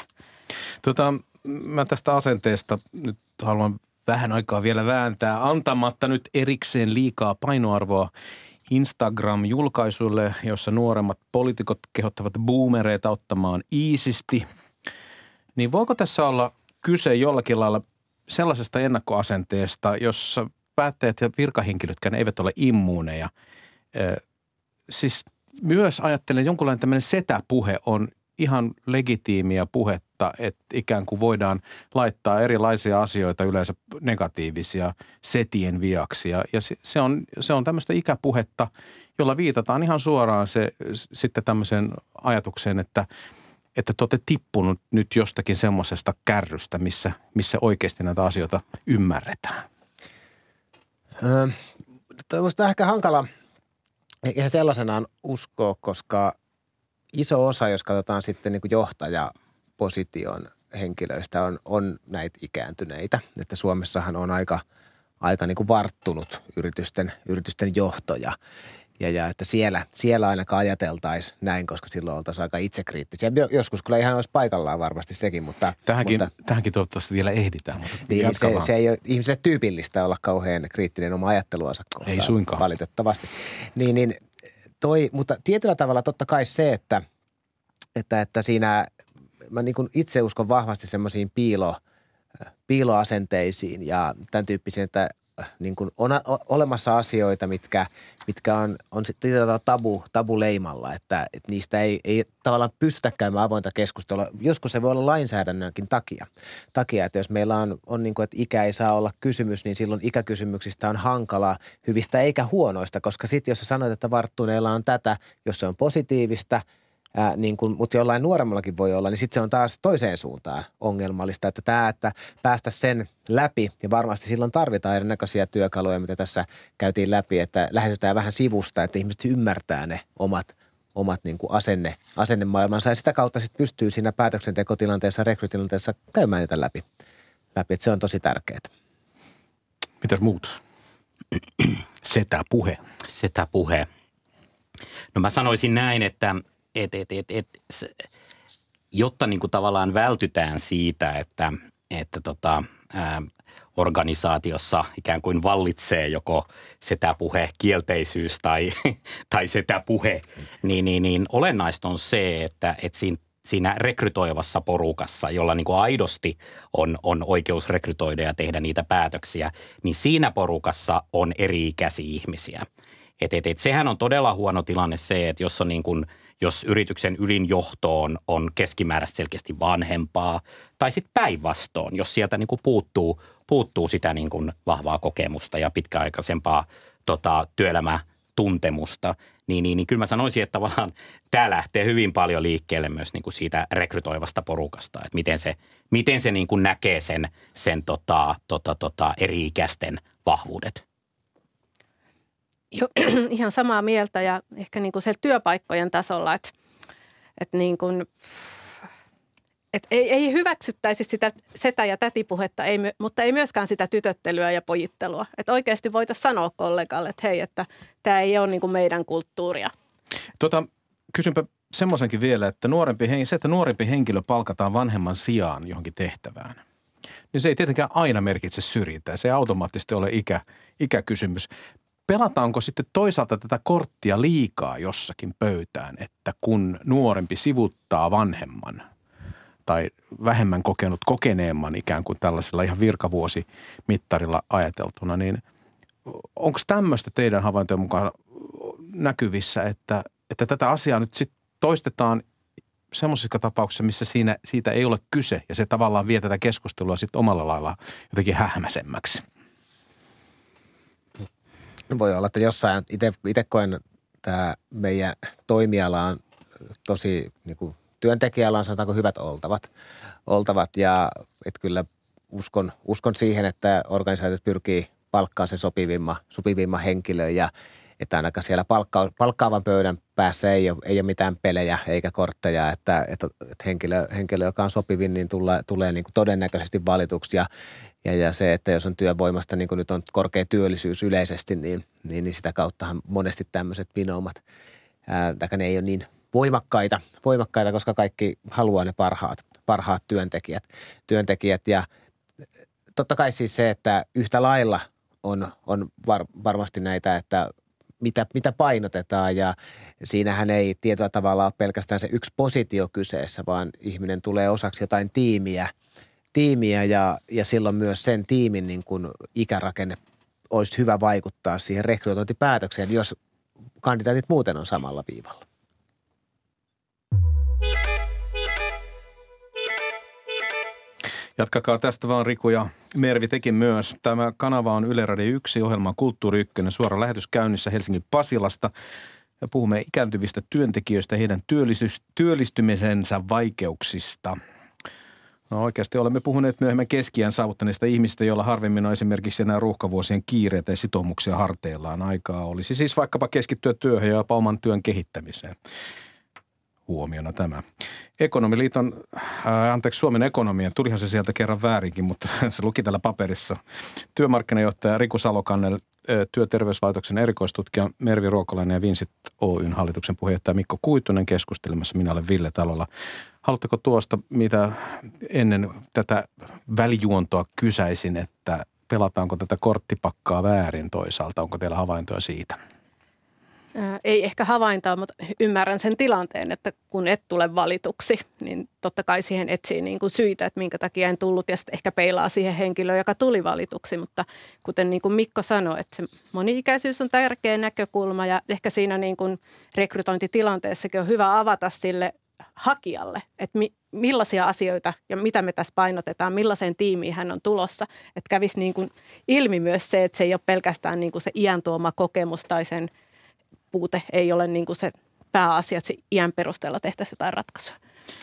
Mä tästä asenteesta nyt haluan vähän aikaa vielä vääntää, antamatta nyt erikseen liikaa painoarvoa Instagram-julkaisuille, jossa nuoremmat poliitikot kehottavat boomereita ottamaan iisisti. Niin voiko tässä olla kyse jollakin lailla sellaisesta ennakkoasenteesta, jossa päättäjät ja virkahenkilötkään eivät ole immuuneja. Siis myös ajattelen, jonkunlainen tämmöinen setäpuhe on ihan legitiimiä puhetta, että ikään kuin voidaan laittaa erilaisia asioita, yleensä negatiivisia, setien viaksi. Ja se on tämmöistä ikäpuhetta, jolla viitataan ihan suoraan sitten tämmöiseen ajatukseen, että te olette tippunut nyt jostakin semmoisesta kärrystä, missä oikeasti näitä asioita ymmärretään. Minusta on ehkä hankala ihan sellaisenaan uskoa, koska iso osa, jos katsotaan sitten niin kuin johtajaposition henkilöistä, on näitä ikääntyneitä. Että Suomessahan on aika niin kuin varttunut yritysten johtoja. Ja että siellä ainakaan ajateltaisiin näin, koska silloin oltaisiin aika itsekriittisiä. Joskus kyllä ihan olisi paikallaan varmasti sekin, mutta Tähänkin toivottavasti vielä ehditään. Mutta niin se ei ole ihmiselle tyypillistä olla kauhean kriittinen oma ajatteluansa kohtaan. Ei suinkaan. Valitettavasti. Mutta tietyllä tavalla totta kai se, että siinä mä niin kuin itse uskon vahvasti semmoisiin piiloasenteisiin ja tämän tyyppisiin, että niin kuin on olemassa asioita, mitkä on sitten tabuleimalla, että niistä ei tavallaan pystytä käymään avointa keskustelua. Joskus se voi olla lainsäädännönkin takia, että jos meillä on niin kuin, että ikä ei saa olla kysymys, niin silloin ikäkysymyksistä on hankalaa hyvistä eikä huonoista, koska sitten jos sä sanoit, että varttuneella on tätä, jos se on positiivista, mutta jollain nuoremmallakin voi olla, niin sitten se on taas toiseen suuntaan ongelmallista, että päästä sen läpi ja varmasti silloin tarvitaan erinäköisiä työkaluja, mitä tässä käytiin läpi, että lähestytään vähän sivusta, että ihmiset ymmärtää ne omat niin kuin asennemaailmansa ja sitä kautta sitten pystyy siinä päätöksentekotilanteessa, rekrytilanteessa käymään niitä läpi, että se on tosi tärkeää. Mitäs muut? Setäpuhe. No mä sanoisin näin, että jotta niin kuin tavallaan vältytään siitä, että organisaatiossa ikään kuin vallitsee joko setäpuhe, kielteisyys tai setäpuhe, niin olennaista on se, että siinä rekrytoivassa porukassa, jolla niin kuin aidosti on oikeus rekrytoida ja tehdä niitä päätöksiä, niin siinä porukassa on eri-ikäisiä ihmisiä. Sehän on todella huono tilanne se, että jos yrityksen ylin johtoon on keskimääräistä selkeästi vanhempaa tai sitten päinvastoin, jos sieltä niin kuin puuttuu sitä niin kuin vahvaa kokemusta ja pitkäaikaisempaa työelämätuntemusta, niin kyllä mä sanoisin, että tavallaan tämä lähtee hyvin paljon liikkeelle myös niin kuin siitä rekrytoivasta porukasta, että miten se niin kuin näkee sen eri-ikäisten vahvuudet. Jo, ihan samaa mieltä ja ehkä niin kuin siellä työpaikkojen tasolla, että niin kuin, että ei hyväksyttäisi sitä setä- ja tätipuhetta, mutta ei myöskään sitä tytöttelyä ja pojittelua. Että oikeasti voitaisiin sanoa kollegalle, että hei, että tämä ei ole niin kuin meidän kulttuuria. Kysynpä semmoisenkin vielä, että nuorempi henkilö palkataan vanhemman sijaan johonkin tehtävään, niin se ei tietenkään aina merkitse syrjintää. Se ei automaattisesti ole ikäkysymys. Pelataanko sitten toisaalta tätä korttia liikaa jossakin pöytään, että kun nuorempi sivuttaa vanhemman tai vähemmän kokeneemman ikään kuin tällaisella ihan virkavuosimittarilla ajateltuna, niin onko tämmöistä teidän havaintojen mukaan näkyvissä, että tätä asiaa nyt sitten toistetaan semmoisissa tapauksissa, missä siitä ei ole kyse ja se tavallaan vie tätä keskustelua sitten omalla lailla jotenkin hähmäisemmäksi? Voi olla, että jossain, itse koen, tämä meidän toimiala on tosi, niin kuin työntekijällä on sanotaanko hyvät oltavat ja että kyllä uskon siihen, että organisaatiot pyrkii palkkaamaan sen sopivimman henkilön ja että ainakaan siellä palkkaavan pöydän päässä ei ole mitään pelejä eikä kortteja, että henkilö, joka on sopivin, niin tulee niin kuin todennäköisesti valituksi ja se, että jos on työvoimasta, niin kuin nyt on korkea työllisyys yleisesti, niin sitä kauttahan monesti tämmöiset vinoumat, ne ei ole niin voimakkaita, koska kaikki haluaa ne parhaat työntekijät ja totta kai siis se, että yhtä lailla on varmasti näitä, että mitä painotetaan ja siinähän ei tietyllä tavalla ole pelkästään se yksi positio kyseessä, vaan ihminen tulee osaksi jotain tiimiä ja silloin myös sen tiimin niin kuin ikärakenne olisi hyvä vaikuttaa siihen rekrytointipäätökseen, jos kandidaatit muuten on samalla viivalla. Jatkakaa tästä vaan Riku ja Mervi tekin myös. Tämä kanava on Yle Radio 1, ohjelma Kulttuuri 1, suora lähetys käynnissä Helsingin Pasilasta. Ja puhumme ikääntyvistä työntekijöistä ja heidän työllistymisensä vaikeuksista. No oikeasti olemme puhuneet myöhemmin keskiään saavuttaneista ihmistä, joilla harvemmin on esimerkiksi enää ruuhkavuosien kiireitä ja sitoumuksia harteillaan. Aikaa olisi siis vaikkapa keskittyä työhön ja jopa oman työn kehittämiseen. huomiona tämä. Suomen ekonomien, tulihan se sieltä kerran väärinkin, mutta se luki tällä paperissa. Työmarkkinajohtaja Riku Salokannel, Työterveyslaitoksen erikoistutkija Mervi Ruokolainen ja Vincit Oyn hallituksen puheenjohtaja Mikko Kuitunen keskustelemassa. Minä olen Ville Talola. Haluatteko tuosta, mitä ennen tätä välijuontoa kysäisin, että pelataanko tätä korttipakkaa väärin toisaalta? Onko teillä havaintoja siitä? Ei ehkä havaintoa, mutta ymmärrän sen tilanteen, että kun et tule valituksi, niin totta kai siihen etsii niin kuin syitä, että minkä takia en tullut ja sitten ehkä peilaa siihen henkilöön, joka tuli valituksi. Mutta kuten niin kuin Mikko sanoi, että se moni-ikäisyys on tärkeä näkökulma ja ehkä siinä niin kuin rekrytointitilanteessakin on hyvä avata sille hakijalle, että millaisia asioita ja mitä me tässä painotetaan, millaiseen tiimiin hän on tulossa. Että kävisi niin kuin ilmi myös se, että se ei ole pelkästään niin kuin se iän tuoma kokemus tai sen puute ei ole niin kuin se pääasia, että se iän perusteella tehtäisiin jotain ratkaisua.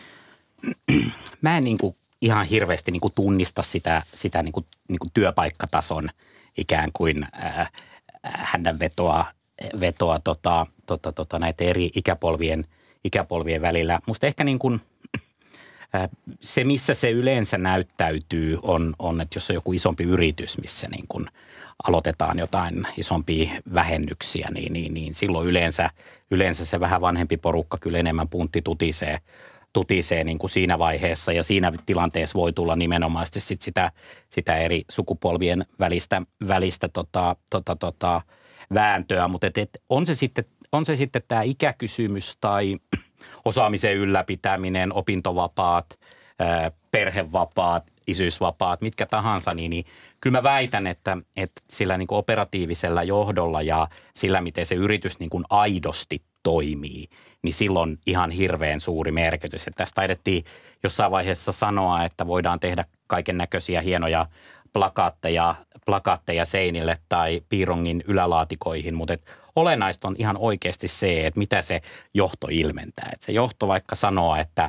Mä en niin kuin ihan hirveästi niin kuin tunnista sitä niin kuin työpaikkatason ikään kuin hänen vetoa näitä eri ikäpolvien välillä. Musta ehkä niin kuin se, missä se yleensä näyttäytyy, on, että jos on joku isompi yritys, missä niin kuin aloitetaan jotain isompia vähennyksiä, niin silloin yleensä se vähän vanhempi porukka kyllä enemmän puntti tutisee niin kuin siinä vaiheessa. Ja siinä tilanteessa voi tulla nimenomaisesti sitä eri sukupolvien välistä vääntöä. Mutta on se sitten tämä ikäkysymys tai osaamisen ylläpitäminen, opintovapaat, perhevapaat, isyysvapaat, mitkä tahansa, niin kyllä mä väitän, että sillä niin kuin operatiivisella johdolla ja sillä, miten se yritys niin kuin aidosti toimii, niin silloin ihan hirveän suuri merkitys. Että tästä taidettiin jossain vaiheessa sanoa, että voidaan tehdä kaiken näköisiä hienoja plakaatteja seinille tai piirongin ylälaatikoihin, mutta olennaista on ihan oikeasti se, että mitä se johto ilmentää. Että se johto vaikka sanoo, että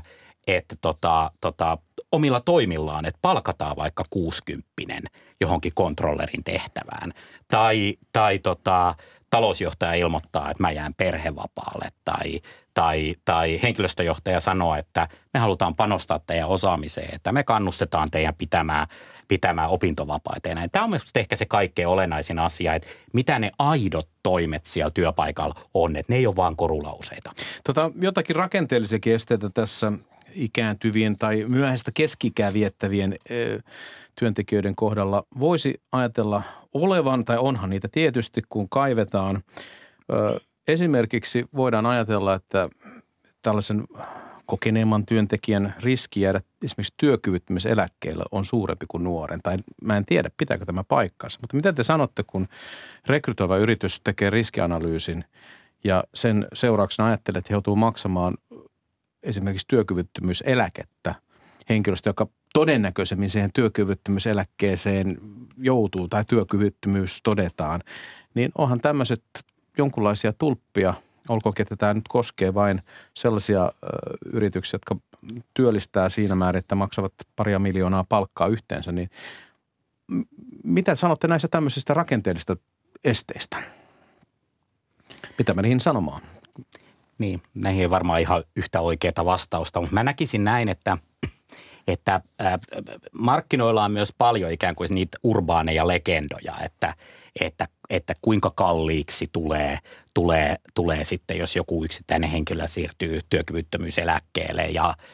omilla toimillaan, että palkataan vaikka 60 johonkin kontrollerin tehtävään. Tai talousjohtaja ilmoittaa, että mä jään perhevapaalle. Tai henkilöstöjohtaja sanoo, että me halutaan panostaa teidän osaamiseen, että me kannustetaan teidän pitämään opintovapaita. Tämä on mielestäni ehkä se kaikkein olennaisin asia, että mitä ne aidot toimet siellä työpaikalla on, että ne ei ole vaan korulauseita. Jotakin rakenteellisiakin esteitä tässä ikääntyvien tai myöhäistä keski-ikää viettävien työntekijöiden kohdalla voisi ajatella olevan, tai onhan niitä tietysti, kun kaivetaan. Esimerkiksi voidaan ajatella, että tällaisen kokeneemman työntekijän riski jäädä esimerkiksi työkyvyttömyyseläkkeelle on suurempi kuin nuoren. Tai mä en tiedä, pitääkö tämä paikkansa. Mutta mitä te sanotte, kun rekrytoiva yritys tekee riskianalyysin ja sen seurauksena ajattelee, että he joutuu maksamaan esimerkiksi työkyvyttömyyseläkettä henkilöstä, joka todennäköisemmin siihen työkyvyttömyyseläkkeeseen joutuu tai työkyvyttömyys todetaan, niin onhan tämmöiset jonkunlaisia tulppia, olkoonkin, että tämä nyt koskee vain sellaisia yrityksiä, jotka työllistää siinä määrin, että maksavat paria miljoonaa palkkaa yhteensä, niin mitä sanotte näistä tämmöisistä rakenteellisista esteistä? Mitä mä niihin sanomaan? Niin, näihin ei varmaan ihan yhtä oikeaa vastausta, mutta mä näkisin näin, että markkinoilla on myös paljon ikään kuin niitä urbaaneja legendoja, että kuinka kalliiksi tulee sitten, jos joku yksittäinen henkilö siirtyy työkyvyttömyyseläkkeelle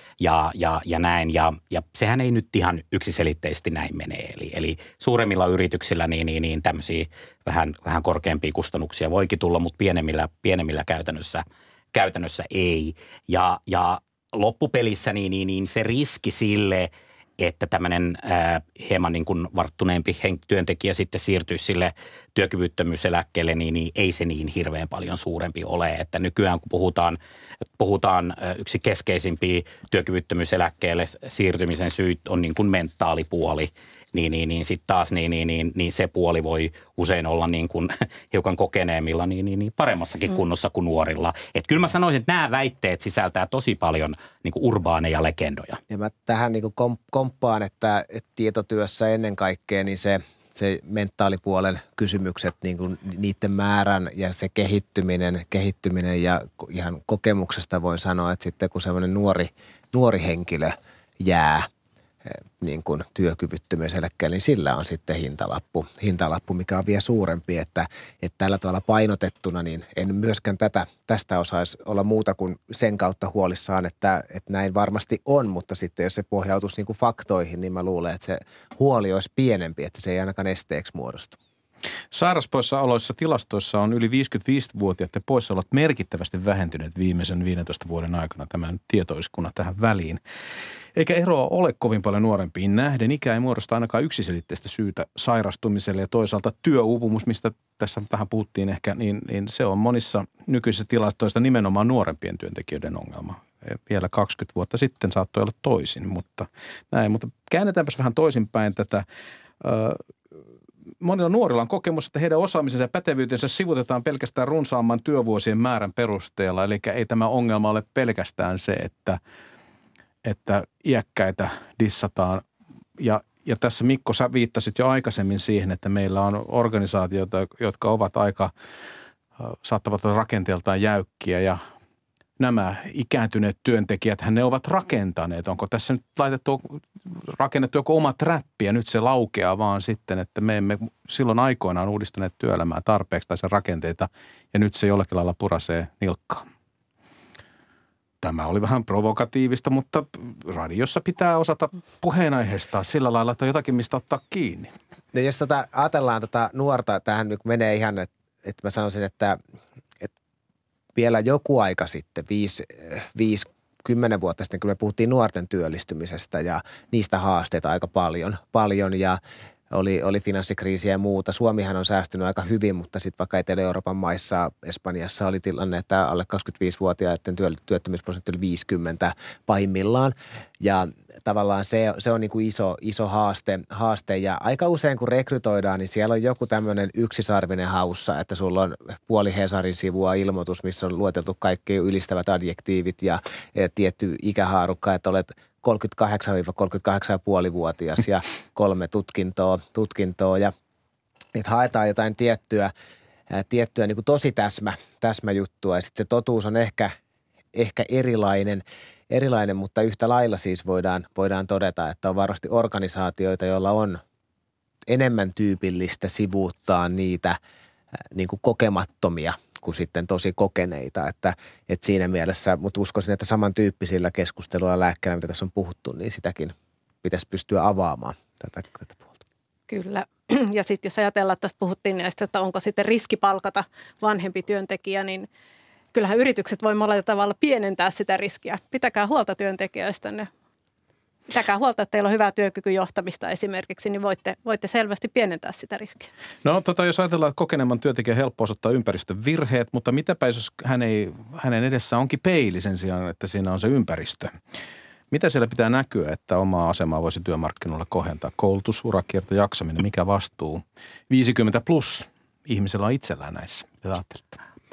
ja näin. Ja sehän ei nyt ihan yksiselitteisesti näin mene. Eli suuremmilla yrityksillä niin tämmöisiä vähän korkeampia kustannuksia voikin tulla, mutta pienemmillä käytännössä ei. Ja loppupelissä niin se riski sille, että tämmöinen hieman niin kuin varttuneempi työntekijä sitten siirtyisi sille työkyvyttömyyseläkkeelle, niin ei se niin hirveän paljon suurempi ole. Että nykyään kun puhutaan yksi keskeisimpiä työkyvyttömyyseläkkeelle siirtymisen syyt on niin kuin mentaalipuoli, niin sitten taas niin se puoli voi usein olla niin kuin hiukan kokeneemmilla niin paremmassakin kunnossa kuin nuorilla. Että kyllä mä sanoisin, että nämä väitteet sisältää tosi paljon niin kuin urbaaneja legendoja. Ja mä tähän niin kuin komppaan, että tietotyössä ennen kaikkea niin se se mentaalipuolen kysymykset, niin kuin niiden määrän ja se kehittyminen ja ihan kokemuksesta voin sanoa, että sitten kun semmoinen nuori henkilö jää niin kuin työkyvyttömyyseläkkeelle, niin sillä on sitten hintalappu, mikä on vielä suurempi, että tällä tavalla painotettuna, niin en myöskään tästä osaisi olla muuta kuin sen kautta huolissaan, että näin varmasti on, mutta sitten jos se pohjautuisi niin kuin faktoihin, niin mä luulen, että se huoli olisi pienempi, että se ei ainakaan esteeksi muodostu. Sairauspoissaoloissa tilastoissa on yli 55-vuotiaiden poissaolot merkittävästi vähentyneet viimeisen 15 vuoden aikana, tämän tietoiskuna tähän väliin. Eikä eroa ole kovin paljon nuorempiin nähden. Ikä ei muodosta ainakaan yksiselitteistä syytä sairastumiselle ja toisaalta työuupumus, mistä tässä vähän puhuttiin ehkä, niin se on monissa nykyisissä tilastoissa nimenomaan nuorempien työntekijöiden ongelma. Vielä 20 vuotta sitten saattoi olla toisin, mutta näin. Mutta käännetäänpäs vähän toisinpäin tätä. Monilla nuorilla on kokemus, että heidän osaamisensa ja pätevyytensä sivutetaan pelkästään runsaamman työvuosien määrän perusteella. Eli ei tämä ongelma ole pelkästään se, että iäkkäitä dissataan. Ja tässä Mikko, sä viittasit jo aikaisemmin siihen, että meillä on organisaatioita, jotka ovat saattavat olla rakenteeltaan jäykkiä ja nämä ikääntyneet työntekijät, ne ovat rakentaneet. Onko tässä nyt rakennettu joku oma träppi ja nyt se laukeaa vaan sitten, että me emme silloin aikoinaan uudistaneet työelämää tarpeeksi tai sen rakenteita ja nyt se jollakin lailla purasee nilkkaan. Tämä oli vähän provokatiivista, mutta radiossa pitää osata puheenaiheistaa sillä lailla, että on jotakin, mistä ottaa kiinni. Ja jos ajatellaan nuorta, tähän nyt menee ihan, että mä sanoisin, että vielä joku aika sitten, 5-10 vuotta sitten, kun me puhuttiin nuorten työllistymisestä ja niistä haasteita aika paljon ja oli finanssikriisiä ja muuta. Suomihan on säästynyt aika hyvin, mutta sitten vaikka Etelä-Euroopan maissa, Espanjassa oli tilanne, että alle 25-vuotiaiden työttömyysprosentti oli 50 pahimmillaan. Ja tavallaan se on niin kuin iso haaste. Ja aika usein kun rekrytoidaan, niin siellä on joku tämmöinen yksisarvinen haussa, että sulla on puoli Hesarin sivua ilmoitus, missä on lueteltu kaikki ylistävät adjektiivit ja tietty ikähaarukka, että olet 38-38,5-vuotias ja 3 tutkintoa ja että haetaan jotain tiettyä niin kuin tosi täsmäjuttua ja sitten se totuus on ehkä erilainen, mutta yhtä lailla siis voidaan todeta, että on varmasti organisaatioita, joilla on enemmän tyypillistä sivuuttaa niitä niin kuin kokemattomia kuin sitten tosi kokeneita, että siinä mielessä, mutta uskoisin, että samantyyppisillä keskusteluilla lääkkeellä, mitä tässä on puhuttu, niin sitäkin pitäisi pystyä avaamaan tätä puolta. Kyllä. Ja sitten jos ajatellaan, että tästä puhuttiin näistä, että onko sitten riski palkata vanhempi työntekijä, niin kyllähän yritykset voi monella tavalla pienentää sitä riskiä. Pitäkää huolta työntekijöistänne. Pitäkää huolta, että teillä on hyvää työkykyjohtamista esimerkiksi, niin voitte selvästi pienentää sitä riskiä. No jos ajatellaan, että kokeneemman työntekijän helppo osoittaa ympäristön virheet, mutta mitäpä jos hänen edessä onkin peili sen sijaan, että siinä on se ympäristö. Mitä siellä pitää näkyä, että omaa asemaa voisi työmarkkinoilla kohentaa? Koulutus, urakierto, jaksaminen, mikä vastuu? 50 plus ihmisellä on itsellään näissä. Mitä ajattelette?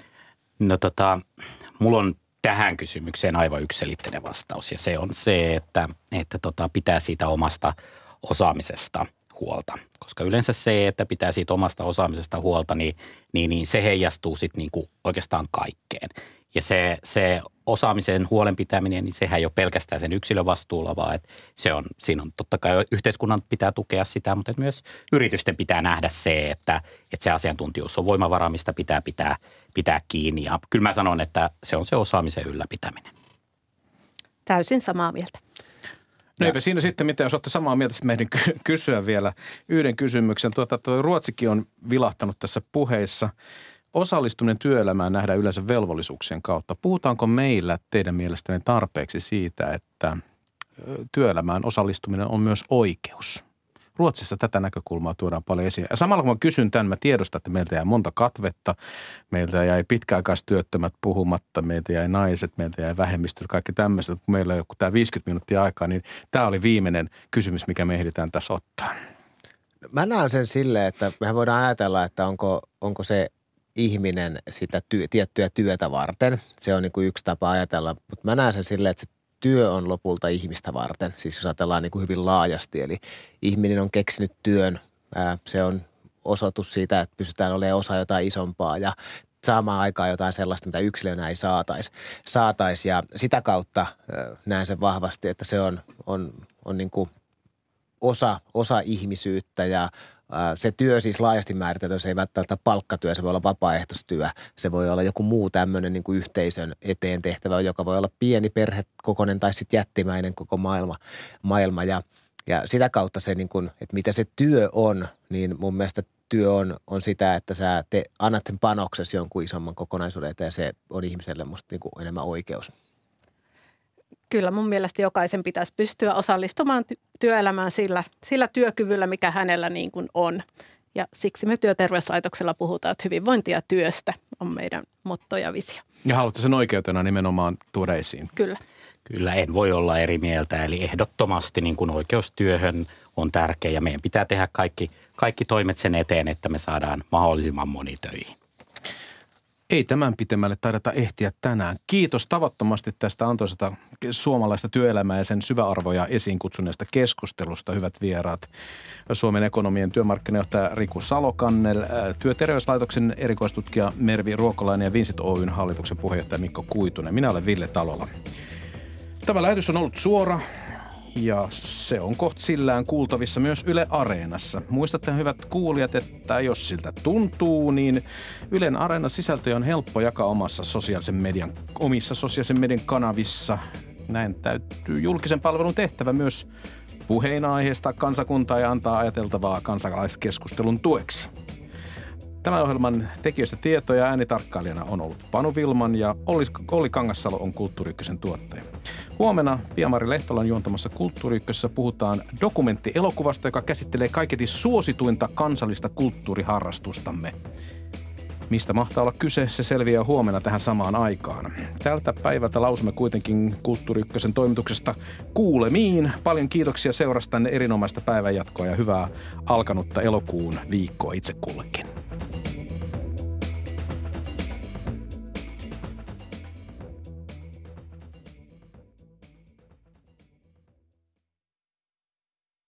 No mulla on tähän kysymykseen aivan yksiselitteinen vastaus ja se on se, että pitää siitä omasta osaamisesta huolta. Koska yleensä se, että pitää siitä omasta osaamisesta huolta, niin se heijastuu sitten niinku oikeastaan kaikkeen. Ja se osaamisen huolen pitäminen, niin sehän ei ole pelkästään sen yksilön vastuulla, vaan että siinä on totta kai yhteiskunnan pitää tukea sitä, mutta myös yritysten pitää nähdä se, että se asiantuntijuus on voimavara, mistä pitää kiinni. Ja kyllä mä sanon, että se on se osaamisen ylläpitäminen. Täysin samaa mieltä. No eipä siinä sitten mitään, jos olette samaa mieltä, sitten meidän kysyä vielä yhden kysymyksen. Tuo Ruotsikin on vilahtanut tässä puheissa. Osallistuminen työelämään nähdään yleensä velvollisuuksien kautta. Puhutaanko meillä teidän mielestänne tarpeeksi siitä, että työelämään osallistuminen on myös oikeus? Ruotsissa tätä näkökulmaa tuodaan paljon esiin. Ja samalla kun mä kysyn tämän, mä tiedostan, että meiltä jäi monta katvetta, meiltä jäi pitkäaikaistyöttömät puhumatta, meiltä jäi naiset, meiltä jäi vähemmistöt, kaikki tämmöiset. Kun meillä on joku tämä 50 minuuttia aikaa, niin tämä oli viimeinen kysymys, mikä me ehditään tässä ottaa. Mä näen sen silleen, että mehän voidaan ajatella, että onko se ihminen sitä tiettyä työtä varten. Se on niin kuin yksi tapa ajatella, mutta mä näen sen silleen, että se työ on lopulta ihmistä varten. Siis jos ajatellaan niin kuin hyvin laajasti, eli ihminen on keksinyt työn Se on osoitus siitä, että pystytään olemaan osa jotain isompaa ja saamaan aikaan jotain sellaista, mitä yksilönä ei saataisi. Ja sitä kautta näen sen vahvasti, että se on niin kuin osa ihmisyyttä ja se työ siis laajasti määritelty, se ei välttämättä palkkatyö, se voi olla vapaaehtoistyö, se voi olla joku muu tämmöinen niin kuin yhteisön eteen tehtävä, joka voi olla pieni perhekokoinen tai sitten jättimäinen koko maailma ja sitä kautta se niin kuin, että mitä se työ on, niin mun mielestä työ on sitä, että sä annat sen panoksesi jonkun isomman kokonaisuuden eteen ja se on ihmiselle musta niin kuin enemmän oikeus. Kyllä mun mielestä jokaisen pitäisi pystyä osallistumaan työelämään sillä työkyvyllä, mikä hänellä niin kuin on. Ja siksi me Työterveyslaitoksella puhutaan, että hyvinvointia työstä on meidän motto ja visio. Ja haluatte sen oikeutena nimenomaan tuoda esiin. Kyllä. Kyllä, en voi olla eri mieltä. Eli ehdottomasti niin kuin oikeus työhön on tärkeä ja meidän pitää tehdä kaikki toimet sen eteen, että me saadaan mahdollisimman moni töihin. Ei tämän pitemmälle taideta ehtiä tänään. Kiitos tavattomasti tästä antoisesta suomalaista työelämää ja sen syväarvoja esiin kutsuneesta keskustelusta, hyvät vieraat. Suomen ekonomien työmarkkinajohtaja Riku Salokannel, Työterveyslaitoksen erikoistutkija Mervi Ruokolainen ja Vincit Oyn hallituksen puheenjohtaja Mikko Kuitunen. Minä olen Ville Talola. Tämä lähetys on ollut suora ja se on kohta sillään kuultavissa myös Yle Areenassa. Muistatte, hyvät kuulijat, että jos siltä tuntuu, niin Ylen Areenan sisältöjä on helppo jakaa omissa sosiaalisen median kanavissa. Näin täytyy julkisen palvelun tehtävä myös puheenaiheesta kansakuntaa ja antaa ajateltavaa kansalaiskeskustelun tueksi. Tämän ohjelman tekijöistä tietoja äänitarkkailijana on ollut Panu Vilman ja Olli Kangassalo on Kulttuuri Ykkösen tuottaja. Huomenna Pia-Mari Lehtolan juontamassa Kulttuuri Ykkösessä puhutaan dokumenttielokuvasta, joka käsittelee kaiketi suosituinta kansallista kulttuuriharrastustamme. Mistä mahtaa olla kyse, se selviää huomenna tähän samaan aikaan. Tältä päivältä lausumme kuitenkin Kulttuuri Ykkösen toimituksesta kuulemiin. Paljon kiitoksia seurastanne, erinomaista päivänjatkoa ja hyvää alkanutta elokuun viikkoa itse kullekin.